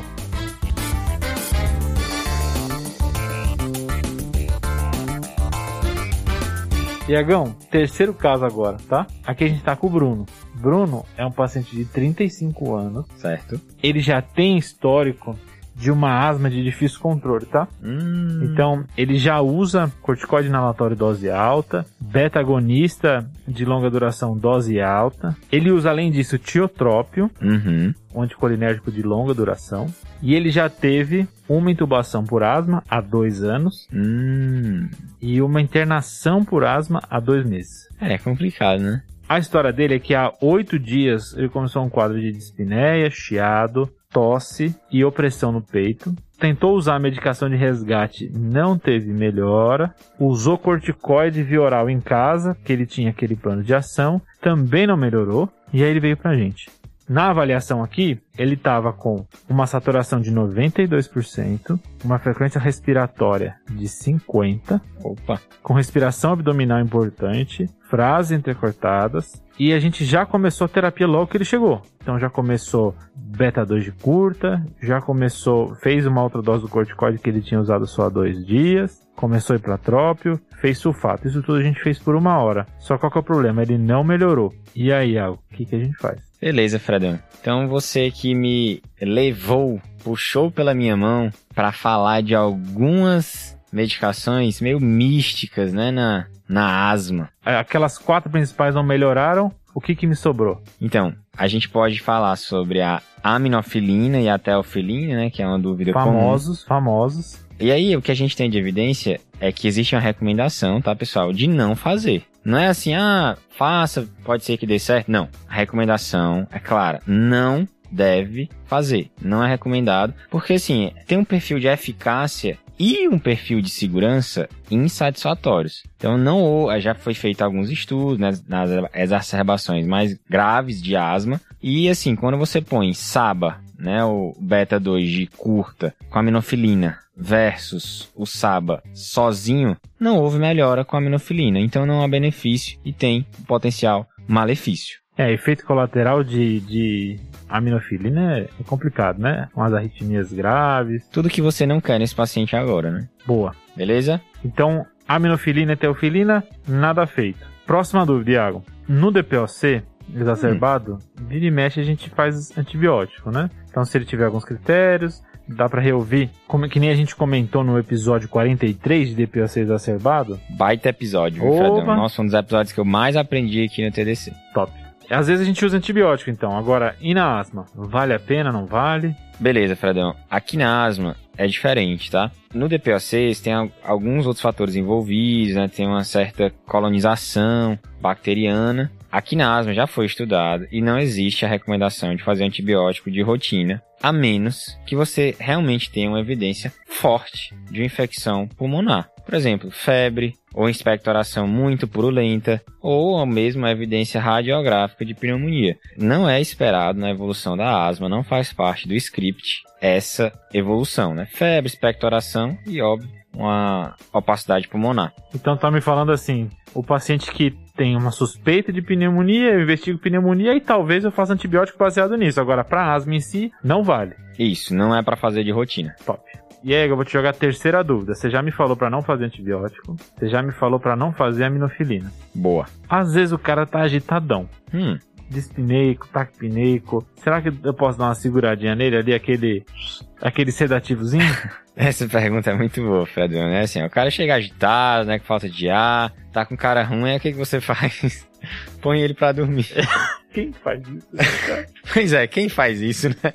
Iagão, terceiro caso agora, tá? Aqui a gente tá com o Bruno. Bruno é um paciente de 35 anos. Certo. Ele já tem histórico de uma asma de difícil controle, tá? Então, ele já usa corticoide inalatório dose alta, beta-agonista de longa duração dose alta. Ele usa, além disso, tiotrópio, um anticolinérgico de longa duração. E ele já teve uma intubação por asma há 2 anos e uma internação por asma há 2 meses. É complicado, né? A história dele é que há 8 dias ele começou um quadro de dispneia, chiado, tosse e opressão no peito. Tentou usar a medicação de resgate, não teve melhora. Usou corticoide via oral em casa, porque ele tinha aquele plano de ação, também não melhorou. E aí ele veio pra gente. Na avaliação aqui, ele estava com uma saturação de 92%, uma frequência respiratória de 50%, com respiração abdominal importante, frases entrecortadas, e a gente já começou a terapia logo que ele chegou. Então já começou beta-2 de curta, fez uma outra dose do corticoide que ele tinha usado só há 2 dias, começou hipratrópio, fez sulfato. Isso tudo a gente fez por 1 hora. Só qual que é o problema? Ele não melhorou. E aí, o que a gente faz? Beleza, Fredão. Então você que me puxou pela minha mão para falar de algumas medicações meio místicas, né, na asma. Aquelas 4 principais não melhoraram, o que me sobrou? Então, a gente pode falar sobre a aminofilina e a teofilina, né, que é uma dúvida comum. Famosos. E aí, o que a gente tem de evidência é que existe uma recomendação, tá, pessoal, de não fazer. Não é assim, faça, pode ser que dê certo. Não, a recomendação é clara, não deve fazer, não é recomendado, porque assim, tem um perfil de eficácia e um perfil de segurança insatisfatórios. Então, já foi feito alguns estudos, né, nas exacerbações mais graves de asma, e assim, quando você põe SABA, né, o beta-2 de curta, com aminofilina, versus o SABA sozinho, não houve melhora com a aminofilina. Então não há benefício e tem potencial malefício. Efeito colateral de aminofilina é complicado, né? Umas arritmias graves. Tudo que você não quer nesse paciente agora, né? Boa. Beleza? Então, aminofilina e teofilina, nada feito. Próxima dúvida, Iago. No DPOC exacerbado, vira e mexe a gente faz antibiótico, né? Então, se ele tiver alguns critérios, dá pra reouvir, que nem a gente comentou no episódio 43 de DPOC exacerbado. Baita episódio, viu, Fredão? Nossa, um dos episódios que eu mais aprendi aqui no TDC. Top. Às vezes a gente usa antibiótico, então. Agora, e na asma? Vale a pena, não vale? Beleza, Fredão. Aqui na asma é diferente, tá? No DPOC tem alguns outros fatores envolvidos, né? Tem uma certa colonização bacteriana. Aqui na asma já foi estudado e não existe a recomendação de fazer antibiótico de rotina, a menos que você realmente tenha uma evidência forte de uma infecção pulmonar. Por exemplo, febre, ou expectoração muito purulenta, ou mesmo a evidência radiográfica de pneumonia. Não é esperado na evolução da asma, não faz parte do script essa evolução, né? Febre, expectoração e, óbvio, uma opacidade pulmonar. Então tá me falando assim, o paciente que tem uma suspeita de pneumonia, eu investigo pneumonia e talvez eu faça antibiótico baseado nisso. Agora, para asma em si, não vale. Isso, não é para fazer de rotina. Top. E aí, eu vou te jogar a terceira dúvida. Você já me falou para não fazer antibiótico, você já me falou para não fazer aminofilina. Boa. Às vezes o cara tá agitadão. Dispineico, taquipneico. Será que eu posso dar uma seguradinha nele ali, aquele sedativozinho? Essa pergunta é muito boa, Fredão, né? Assim, o cara chega agitado, né, com falta de ar, tá com cara ruim, aí o que você faz? Põe ele pra dormir. Quem faz isso? Pois é, quem faz isso, né?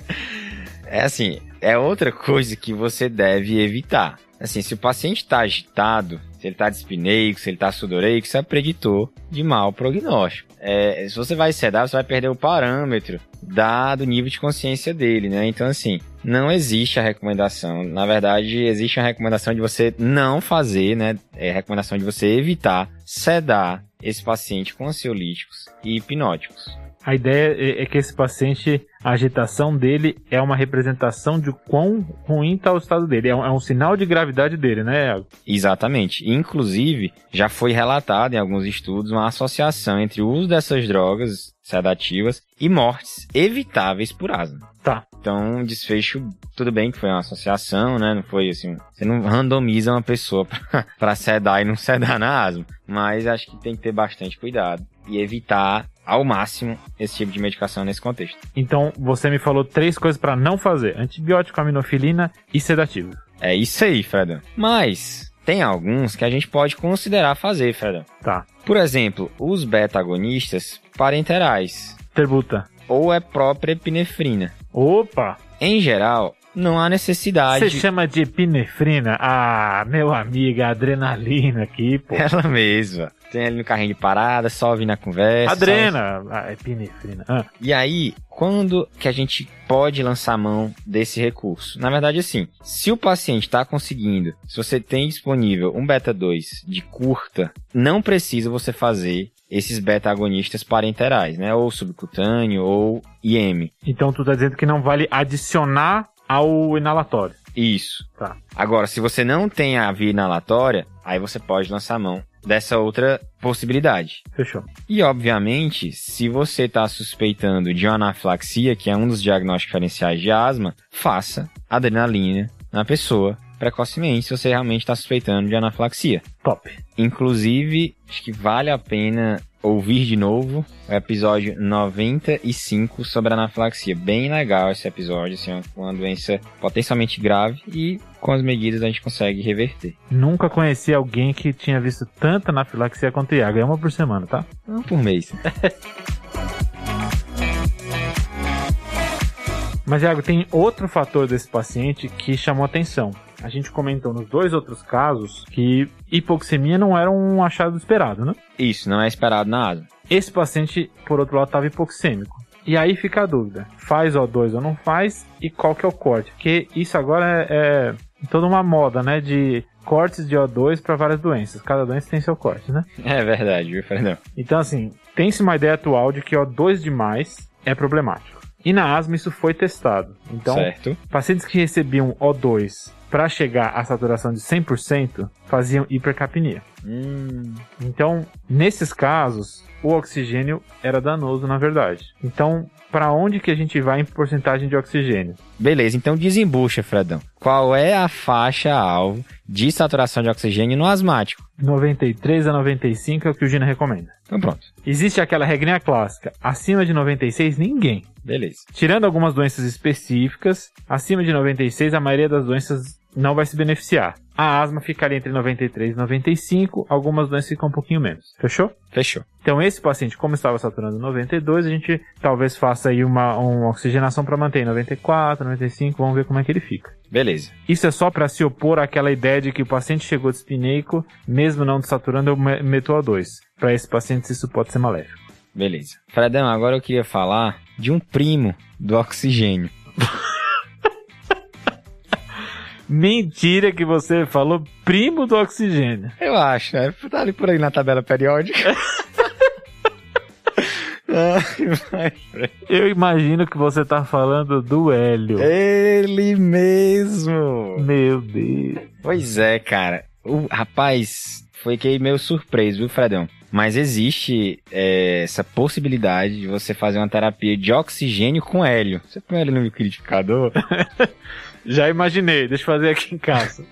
É assim, é outra coisa que você deve evitar. Assim, se o paciente tá agitado, se ele tá dispineico, se ele tá sudoreico, isso é preditor de mau prognóstico. Se você vai sedar, você vai perder o parâmetro do nível de consciência dele, né? Então, assim, não existe a recomendação. Na verdade, existe a recomendação de você não fazer, né? É a recomendação de você evitar sedar esse paciente com ansiolíticos e hipnóticos. A ideia é que esse paciente, a agitação dele é uma representação de quão ruim está o estado dele. É um sinal de gravidade dele, né, Iago? Exatamente. Inclusive, já foi relatado em alguns estudos uma associação entre o uso dessas drogas sedativas e mortes evitáveis por asma. Tá. Então, um desfecho, tudo bem que foi uma associação, né? Não foi assim, você não randomiza uma pessoa para sedar e não sedar na asma. Mas acho que tem que ter bastante cuidado e evitar ao máximo esse tipo de medicação nesse contexto. Então, você me falou 3 coisas para não fazer: antibiótico, aminofilina e sedativo. É isso aí, Fredão. Mas tem alguns que a gente pode considerar fazer, Fredão. Tá. Por exemplo, os beta-agonistas parenterais. Terbuta. Ou é própria epinefrina. Opa! Em geral, não há necessidade... Você chama de epinefrina? Ah, meu amigo, a adrenalina aqui, pô. Ela mesma. Tem ali no carrinho de parada, só vir na conversa. Adrena, a epinefrina. E aí, quando que a gente pode lançar mão desse recurso? Na verdade, assim, se o paciente está conseguindo, se você tem disponível um beta-2 de curta, não precisa você fazer esses beta-agonistas parenterais, né? Ou subcutâneo, ou IM. Então tu tá dizendo que não vale adicionar ao inalatório. Isso. Tá. Agora, se você não tem a via inalatória, aí você pode lançar mão dessa outra possibilidade. Fechou. E, obviamente, se você está suspeitando de uma anafilaxia, que é um dos diagnósticos diferenciais de asma, faça adrenalina na pessoa precocemente, se você realmente está suspeitando de anafilaxia. Top. Inclusive, acho que vale a pena ouvir de novo o episódio 95 sobre anafilaxia. Bem legal esse episódio, assim, uma doença potencialmente grave e com as medidas a gente consegue reverter. Nunca conheci alguém que tinha visto tanta anafilaxia quanto o Iago. É uma por semana, tá? Uma por mês. Mas, Iago, tem outro fator desse paciente que chamou atenção. A gente comentou nos 2 outros casos que hipoxemia não era um achado esperado, né? Isso, não é esperado na asma. Esse paciente, por outro lado, estava hipoxêmico. E aí fica a dúvida, faz O2 ou não faz, e qual que é o corte? Porque isso agora é toda uma moda, né, de cortes de O2 para várias doenças. Cada doença tem seu corte, né? É verdade, viu, Fernando? Então, assim, tem-se uma ideia atual de que O2 demais é problemático. E na asma isso foi testado. Então, certo. Pacientes que recebiam O2 para chegar à saturação de 100% faziam hipercapnia. Então, nesses casos, o oxigênio era danoso, na verdade. Então, para onde que a gente vai em porcentagem de oxigênio? Beleza, então desembucha, Fredão. Qual é a faixa-alvo de saturação de oxigênio no asmático? 93 a 95 é o que o Gina recomenda. Então pronto. Existe aquela regrinha clássica, acima de 96, ninguém. Beleza. Tirando algumas doenças específicas, acima de 96, a maioria das doenças não vai se beneficiar. A asma ficaria entre 93 e 95, algumas doenças ficam um pouquinho menos. Fechou? Fechou. Então esse paciente, como estava saturando 92, a gente talvez faça aí uma oxigenação para manter em 94, 95, vamos ver como é que ele fica. Beleza. Isso é só para se opor àquela ideia de que o paciente chegou dispineico, mesmo não saturando, eu meto O2. Para esse paciente isso pode ser maléfico. Beleza. Fredão, agora eu queria falar de um primo do oxigênio. Mentira que você falou primo do oxigênio. Eu acho, tá ali por aí na tabela periódica. Eu imagino que você tá falando do hélio. Ele mesmo! Meu Deus. Pois é, cara. O rapaz, fiquei meio surpreso, viu, Fredão? Mas existe essa possibilidade de você fazer uma terapia de oxigênio com hélio. Você põe ele no liquidificador? Já imaginei, deixa eu fazer aqui em casa.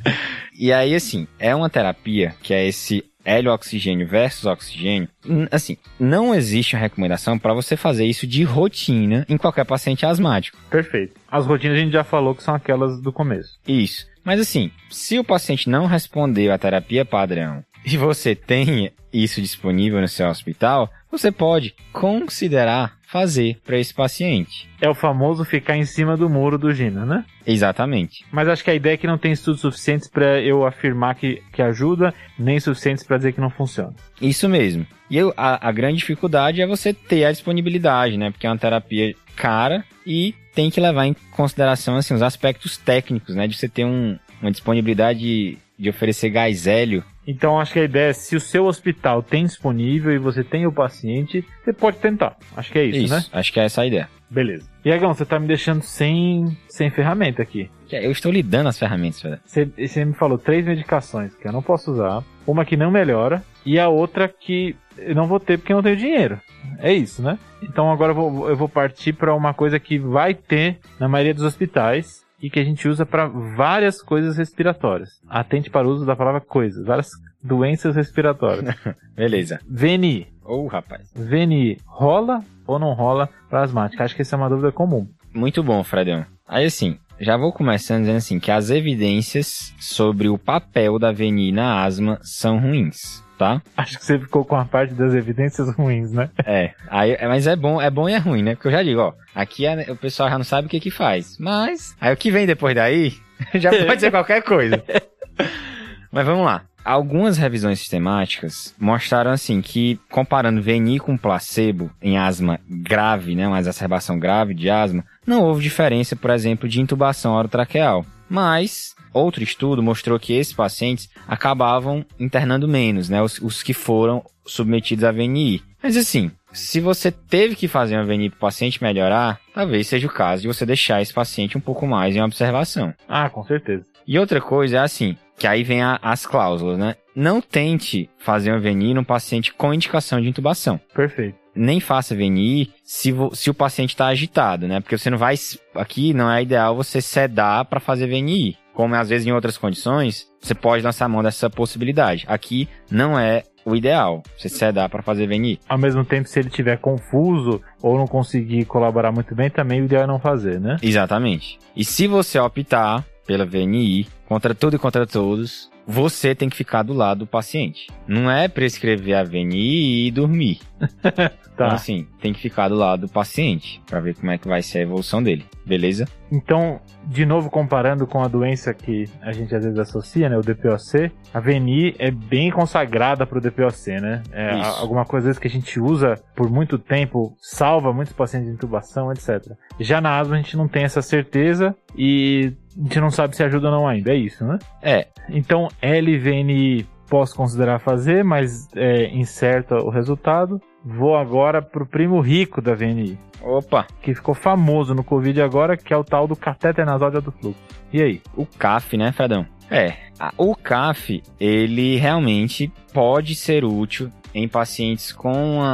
E aí, assim, é uma terapia que é esse hélio-oxigênio versus oxigênio. Assim, não existe uma recomendação para você fazer isso de rotina em qualquer paciente asmático. Perfeito. As rotinas a gente já falou que são aquelas do começo. Isso. Mas assim, se o paciente não respondeu à terapia padrão e você tem isso disponível no seu hospital, você pode considerar fazer para esse paciente. É o famoso ficar em cima do muro do Gina, né? Exatamente. Mas acho que a ideia é que não tem estudos suficientes para eu afirmar que ajuda, nem suficientes para dizer que não funciona. Isso mesmo. E a grande dificuldade é você ter a disponibilidade, né? Porque é uma terapia cara e tem que levar em consideração assim, os aspectos técnicos, né? De você ter uma disponibilidade de oferecer gás hélio. Então acho que a ideia é, se o seu hospital tem disponível e você tem o paciente, você pode tentar. Acho que é isso, né? Acho que é essa a ideia. Beleza. Iagão, você tá me deixando sem ferramenta aqui. Eu estou lhe dando as ferramentas, velho. Você me falou 3 medicações que eu não posso usar, uma que não melhora e a outra que eu não vou ter porque eu não tenho dinheiro. É isso, né? Então agora eu vou partir para uma coisa que vai ter na maioria dos hospitais e que a gente usa para várias coisas respiratórias. Atente para o uso da palavra coisas, várias doenças respiratórias. Beleza. VNI. Rapaz. VNI rola ou não rola para asmática? Acho que essa é uma dúvida comum. Muito bom, Fredão. Aí assim, já vou começando dizendo assim, que as evidências sobre o papel da VNI na asma são ruins, tá? Acho que você ficou com a parte das evidências ruins, né? Mas é bom e é ruim, né? Porque eu já digo, ó, aqui o pessoal já não sabe o que faz, mas aí o que vem depois daí já pode ser qualquer coisa. Mas vamos lá. Algumas revisões sistemáticas mostraram assim que, comparando VNI com placebo em asma grave, né, uma exacerbação grave de asma, não houve diferença, por exemplo, de intubação orotraqueal. Mas outro estudo mostrou que esses pacientes acabavam internando menos, né, os que foram submetidos à VNI. Mas assim, se você teve que fazer uma VNI para o paciente melhorar, talvez seja o caso de você deixar esse paciente um pouco mais em observação. Ah, com certeza. E outra coisa é assim, que aí vem as cláusulas, né? Não tente fazer uma VNI num paciente com indicação de intubação. Perfeito. Nem faça VNI se o paciente está agitado, né? Porque você não vai... Aqui não é ideal você sedar para fazer VNI. como às vezes em outras condições, você pode lançar mão dessa possibilidade. Aqui não é o ideal, você sedar para fazer VNI. Ao mesmo tempo, se ele estiver confuso ou não conseguir colaborar muito bem, também o ideal é não fazer, né? Exatamente. E se você optar pela VNI, contra tudo e contra todos, você tem que ficar do lado do paciente. Não é prescrever a VNI e dormir. Então, assim, tem que ficar do lado do paciente para ver como é que vai ser a evolução dele, beleza? Então, de novo, comparando com a doença que a gente às vezes associa, né, o DPOC, a VNI é bem consagrada para o DPOC, né? Alguma coisa às vezes que a gente usa por muito tempo, salva muitos pacientes de intubação, etc. Já na asma a gente não tem essa certeza e a gente não sabe se ajuda ou não ainda, é isso, né? É. Então, LVNI posso considerar fazer, mas é incerto o resultado. Vou agora pro primo rico da VNI. Opa! Que ficou famoso no Covid agora, que é o tal do catéter nasal de alto fluxo. E aí? O CAF, né, Fredão? O CAF, ele realmente pode ser útil em pacientes com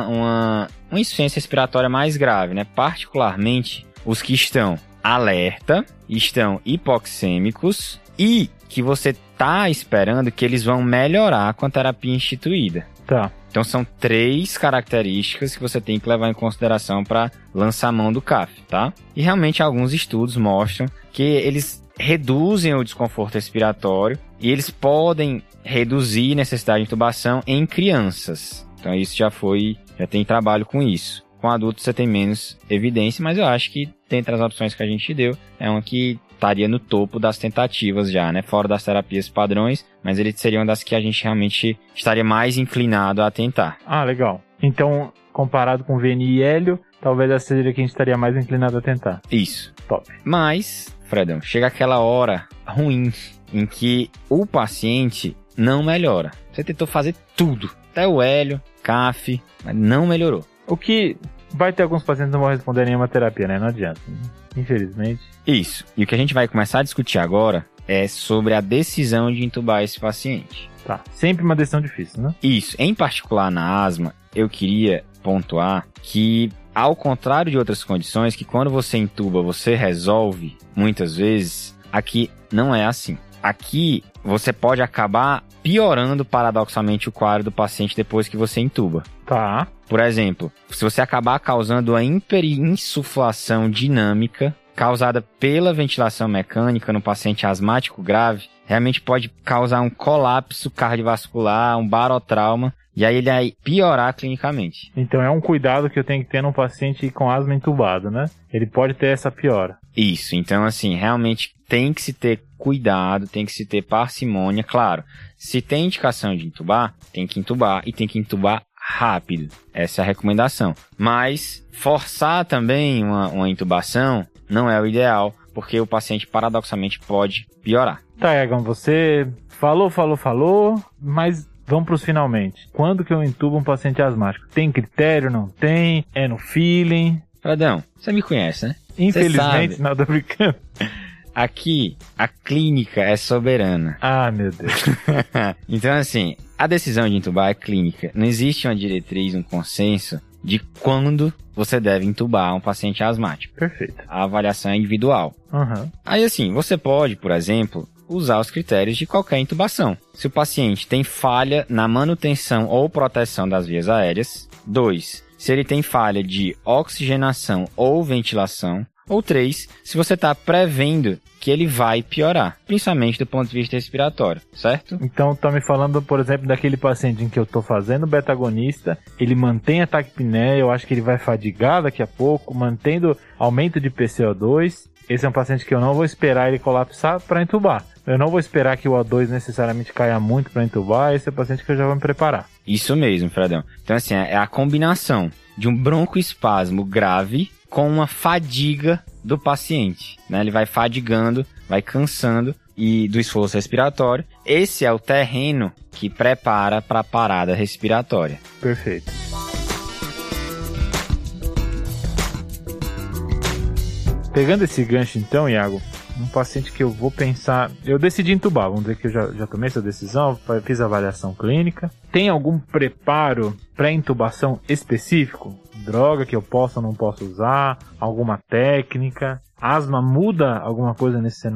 uma insuficiência respiratória mais grave, né? Particularmente os que estão alerta, estão hipoxêmicos e que você tá esperando que eles vão melhorar com a terapia instituída. Tá. Então são 3 características que você tem que levar em consideração para lançar a mão do CAF, tá? E realmente alguns estudos mostram que eles reduzem o desconforto respiratório e eles podem reduzir a necessidade de intubação em crianças. Então isso já tem trabalho com isso. Com adultos você tem menos evidência, mas eu acho que dentre as opções que a gente deu, é uma que estaria no topo das tentativas já, né? Fora das terapias padrões, mas ele seria uma das que a gente realmente estaria mais inclinado a tentar. Ah, legal. Então, comparado com VNI e hélio, talvez essa seria a que a gente estaria mais inclinado a tentar. Isso. Top. Mas, Fredão, chega aquela hora ruim em que o paciente não melhora. Você tentou fazer tudo, até o hélio, CAF, mas não melhorou. O que vai ter alguns pacientes que não vão responder nenhuma terapia, né? Não adianta. Infelizmente. Isso. E o que a gente vai começar a discutir agora é sobre a decisão de intubar esse paciente. Tá. Sempre uma decisão difícil, né? Isso. Em particular na asma, eu queria pontuar que, ao contrário de outras condições, que quando você intuba, você resolve, muitas vezes, aqui não é assim. Aqui, você pode acabar piorando paradoxalmente o quadro do paciente depois que você intuba. Tá. Por exemplo, se você acabar causando a hiperinsuflação dinâmica causada pela ventilação mecânica no paciente asmático grave, realmente pode causar um colapso cardiovascular, um barotrauma, e aí ele vai piorar clinicamente. Então é um cuidado que eu tenho que ter num paciente com asma entubado, né? Ele pode ter essa piora. Isso, então assim, realmente tem que se ter cuidado, tem que se ter parcimônia, claro. Se tem indicação de intubar, tem que intubar e tem que intubar rápido. Essa é a recomendação. Mas forçar também uma intubação não é o ideal, porque o paciente paradoxalmente pode piorar. Tá, Egon, você falou, mas vamos pros finalmente. Quando que eu intubo um paciente asmático? Tem critério, não tem? É no feeling? Fredão, você me conhece, né? Infelizmente, não, tô brincando. Aqui, a clínica é soberana. Ah, meu Deus. Então, assim, a decisão de intubar é clínica. Não existe uma diretriz, um consenso de quando você deve intubar um paciente asmático. Perfeito. A avaliação é individual. Uhum. Aí, assim, você pode, por exemplo, usar os critérios de qualquer intubação. Se o paciente tem falha na manutenção ou proteção das vias aéreas. 2. Se ele tem falha de oxigenação ou ventilação. Ou 3, se você está prevendo que ele vai piorar, principalmente do ponto de vista respiratório, certo? Então, tá me falando, por exemplo, daquele paciente em que eu estou fazendo beta-agonista, ele mantém a taquipneia, eu acho que ele vai fadigar daqui a pouco, mantendo aumento de PCO2. Esse é um paciente que eu não vou esperar ele colapsar para intubar. Eu não vou esperar que o O2 necessariamente caia muito para intubar, esse é o paciente que eu já vou me preparar. Isso mesmo, Fredão. Então, assim, é a combinação de um broncoespasmo grave com uma fadiga do paciente, né? Ele vai fadigando, vai cansando e do esforço respiratório. Esse é o terreno que prepara para a parada respiratória. Perfeito. Pegando esse gancho então, Iago, um paciente que eu vou pensar... Eu decidi intubar, vamos dizer que eu já tomei essa decisão, fiz a avaliação clínica. Tem algum preparo pré-intubação específico? Droga que eu posso ou não posso usar? Alguma técnica? Asma muda alguma coisa nesse cenário?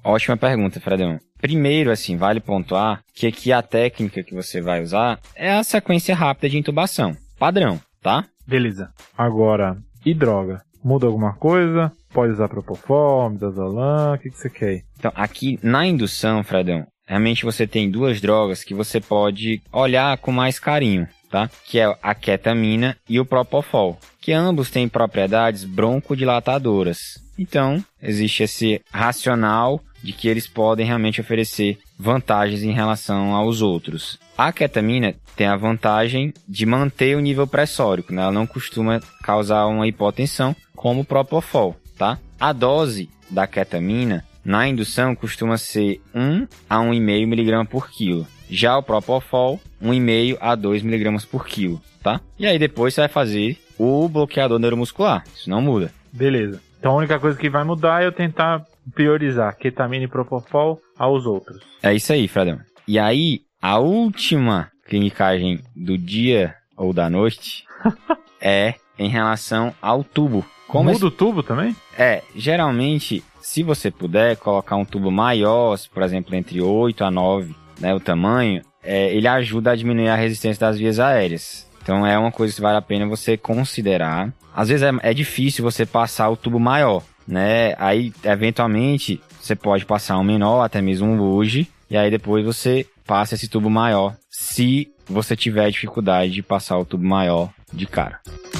Ótima pergunta, Fredão. Primeiro, assim, vale pontuar que aqui a técnica que você vai usar é a sequência rápida de intubação. Padrão, tá? Beleza. Agora, e droga? Muda alguma coisa? Pode usar Propofol, Midazolam, o que você quer aí? Então, aqui na indução, Fredão, realmente você tem 2 drogas que você pode olhar com mais carinho, tá? Que é a ketamina e o Propofol, que ambos têm propriedades broncodilatadoras. Então, existe esse racional de que eles podem realmente oferecer vantagens em relação aos outros. A ketamina tem a vantagem de manter o nível pressórico, né? Ela não costuma causar uma hipotensão como o Propofol, tá? A dose da ketamina na indução costuma ser 1 a 1,5 mg por quilo. Já o Propofol, 1,5 a 2 mg por quilo, tá? E aí depois você vai fazer o bloqueador neuromuscular. Isso não muda. Beleza. Então a única coisa que vai mudar é eu tentar priorizar ketamina e Propofol aos outros. É isso aí, Fredão. E aí, a última clinicagem do dia ou da noite é em relação ao tubo. Muda o tubo também? Geralmente, se você puder colocar um tubo maior, por exemplo, entre 8 a 9, né, o tamanho, ele ajuda a diminuir a resistência das vias aéreas. Então é uma coisa que vale a pena você considerar. Às vezes é difícil você passar o tubo maior, né? Aí, eventualmente, você pode passar um menor, até mesmo um luge, e aí depois você passa esse tubo maior, se você tiver dificuldade de passar o tubo maior de cara.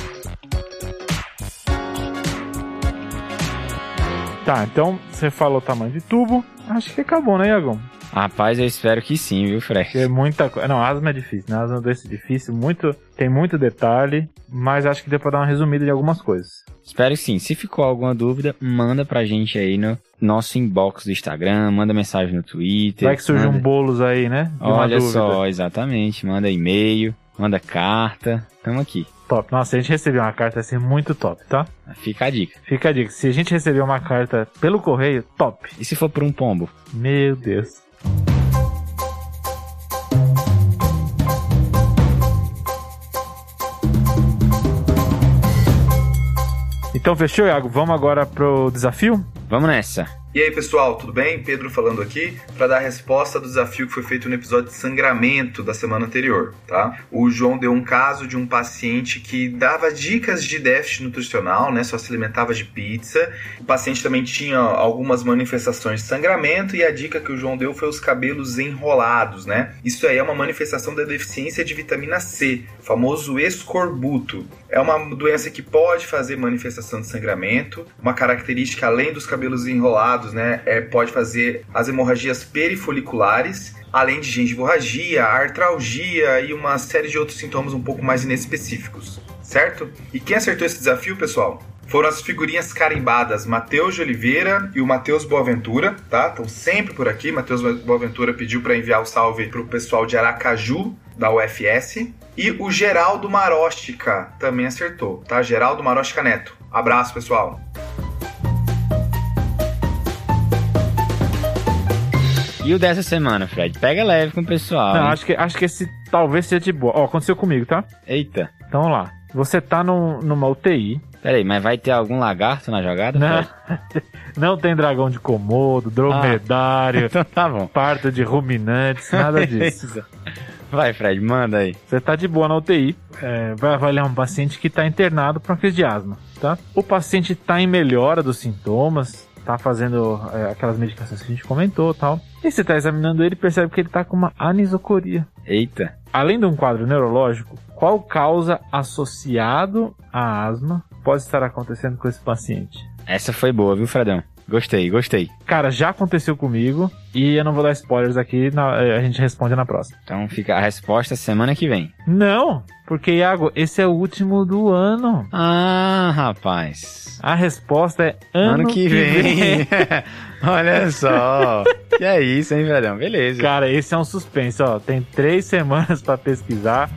Tá, então você falou o tamanho de tubo. Acho que acabou, né, Iagão? Rapaz, eu espero que sim, viu, Fred? É muita coisa. Não, asma é difícil, né? Asma desse é difícil, tem muito detalhe, mas acho que deu pra dar uma resumida de algumas coisas. Espero que sim. Se ficou alguma dúvida, manda pra gente aí no nosso inbox do Instagram, manda mensagem no Twitter. Vai que surge um bolos aí, né? Olha só, exatamente. Manda e-mail, manda carta. Tamo aqui. Top. Nossa, se a gente receber uma carta, vai ser muito top, tá? Fica a dica. Fica a dica. Se a gente receber uma carta pelo correio, top. E se for por um pombo? Meu Deus. Então fechou, Iago? Vamos agora pro desafio? Vamos nessa. E aí, pessoal, tudo bem? Pedro falando aqui para dar a resposta do desafio que foi feito no episódio de sangramento da semana anterior, tá? O João deu um caso de um paciente que dava dicas de déficit nutricional, né? Só se alimentava de pizza. O paciente também tinha algumas manifestações de sangramento e a dica que o João deu foi os cabelos enrolados, né? Isso aí é uma manifestação da deficiência de vitamina C, famoso escorbuto. É uma doença que pode fazer manifestação de sangramento. Uma característica, além dos cabelos enrolados, né, pode fazer as hemorragias perifoliculares, além de gengivorragia, artralgia e uma série de outros sintomas um pouco mais inespecíficos, certo? E quem acertou esse desafio, pessoal, foram as figurinhas carimbadas Matheus de Oliveira e o Matheus Boaventura, tá? Estão sempre por aqui. Matheus Boaventura pediu para enviar o salve para o pessoal de Aracaju, da UFS. E o Geraldo Marostica também acertou, tá? Geraldo Marostica Neto. Abraço, pessoal. E o dessa semana, Fred? Pega leve com o pessoal. Não, acho que esse talvez seja de boa. Ó, aconteceu comigo, tá? Eita. Então vamos lá. Você tá numa UTI. Peraí, mas vai ter algum lagarto na jogada? Não, não tem dragão de Komodo, dromedário, então tá bom. Parto de ruminantes, nada disso. Vai, Fred, manda aí. Você tá de boa na UTI, vai avaliar um paciente que tá internado para uma crise de asma, tá? O paciente tá em melhora dos sintomas, tá fazendo aquelas medicações que a gente comentou e tal. E você tá examinando ele e percebe que ele tá com uma anisocoria. Eita. Além de um quadro neurológico, qual causa associado à asma pode estar acontecendo com esse paciente? Essa foi boa, viu, Fredão? Gostei. Cara, já aconteceu comigo e eu não vou dar spoilers aqui, a gente responde na próxima. Então fica a resposta semana que vem. Não, porque, Iago, esse é o último do ano. Ah, rapaz. A resposta é ano que vem. Olha só. Que é isso, hein, Fredão? Beleza. Cara, esse é um suspense, ó. Tem 3 semanas pra pesquisar.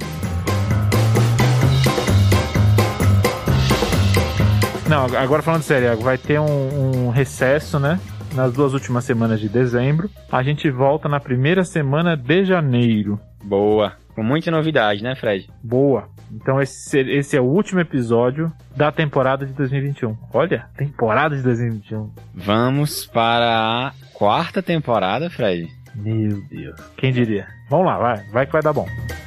Não, agora falando sério, vai ter um recesso, né? Nas 2 últimas semanas de dezembro. A gente volta na primeira semana de janeiro. Boa. Com muita novidade, né, Fred? Boa. Então esse é o último episódio da temporada de 2021. Olha, temporada de 2021. Vamos para a 4ª temporada, Fred. Meu Deus. Quem diria? Vamos lá, vai que vai dar bom.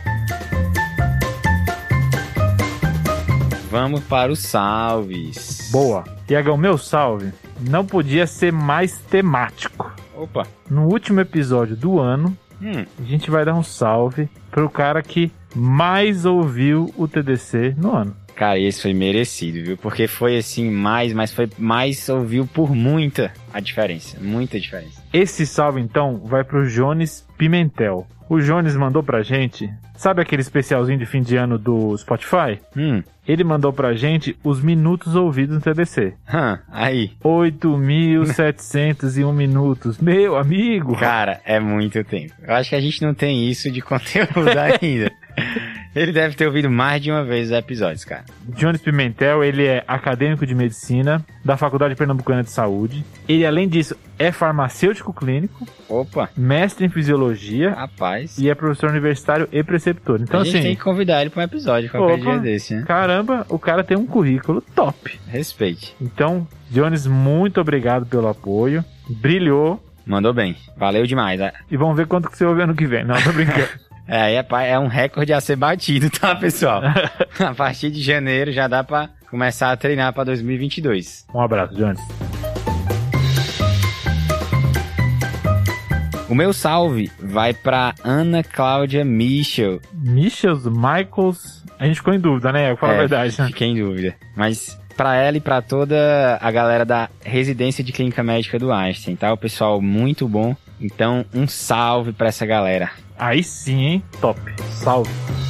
Vamos para os salves. Boa. Iagão, meu salve não podia ser mais temático. Opa. No último episódio do ano, a gente vai dar um salve pro cara que mais ouviu o TDC no ano. Cara, esse foi merecido, viu? Porque foi assim, mas foi mais ouviu por muita diferença. Esse salve, então, vai pro Jones Pimentel. O Jones mandou pra gente, sabe aquele especialzinho de fim de ano do Spotify? Ele mandou pra gente os minutos ouvidos no TDC. Aí. 8.701 minutos. Meu amigo! Cara, é muito tempo. Eu acho que a gente não tem isso de conteúdo ainda. Ele deve ter ouvido mais de uma vez os episódios, cara. Jones Pimentel, ele é acadêmico de medicina da Faculdade Pernambucana de Saúde. Ele, além disso, é farmacêutico clínico. Opa! Mestre em fisiologia. Rapaz. E é professor universitário e preceptor. Então, a gente assim, tem que convidar ele para um episódio qualquer dia desse, né? Caramba, o cara tem um currículo top. Respeite. Então, Jones, muito obrigado pelo apoio. Brilhou. Mandou bem. Valeu demais. E vamos ver quanto que você ouve ano que vem. Não, tô brincando. É um recorde a ser batido, tá, pessoal? A partir de janeiro já dá pra começar a treinar pra 2022. Um abraço, Jones. O meu salve vai pra Ana Cláudia Michels. Michaels? A gente ficou em dúvida, né? Eu falo a verdade. Né? Fiquei em dúvida. Mas pra ela e pra toda a galera da Residência de Clínica Médica do Einstein, tá? O pessoal muito bom. Então, um salve pra essa galera. Aí sim, hein? Top. Salve.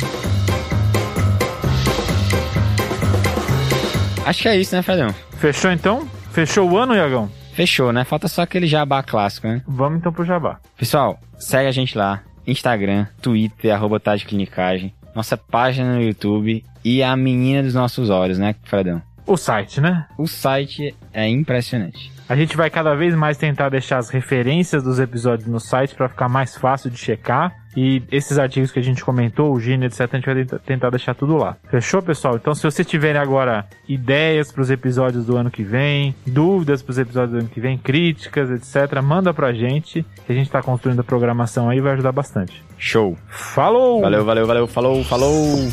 Acho que é isso, né, Fredão? Fechou, então? Fechou o ano, Iagão? Fechou, né? Falta só aquele jabá clássico, né? Vamos então pro jabá. Pessoal, segue a gente lá. Instagram, Twitter, @TadeClinicagem. Nossa página no YouTube e a menina dos nossos olhos, né, Fredão? O site, né? O site é impressionante. A gente vai cada vez mais tentar deixar as referências dos episódios no site para ficar mais fácil de checar. E esses artigos que a gente comentou, o Gina, etc., a gente vai tentar deixar tudo lá. Fechou, pessoal? Então, se vocês tiverem agora ideias para os episódios do ano que vem, dúvidas para os episódios do ano que vem, críticas, etc., manda pra gente, que a gente tá construindo a programação aí e vai ajudar bastante. Show! Falou! Valeu, falou!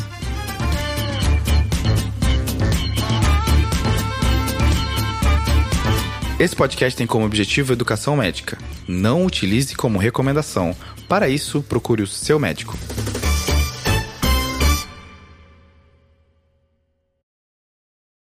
Esse podcast tem como objetivo educação médica. Não utilize como recomendação. Para isso, procure o seu médico.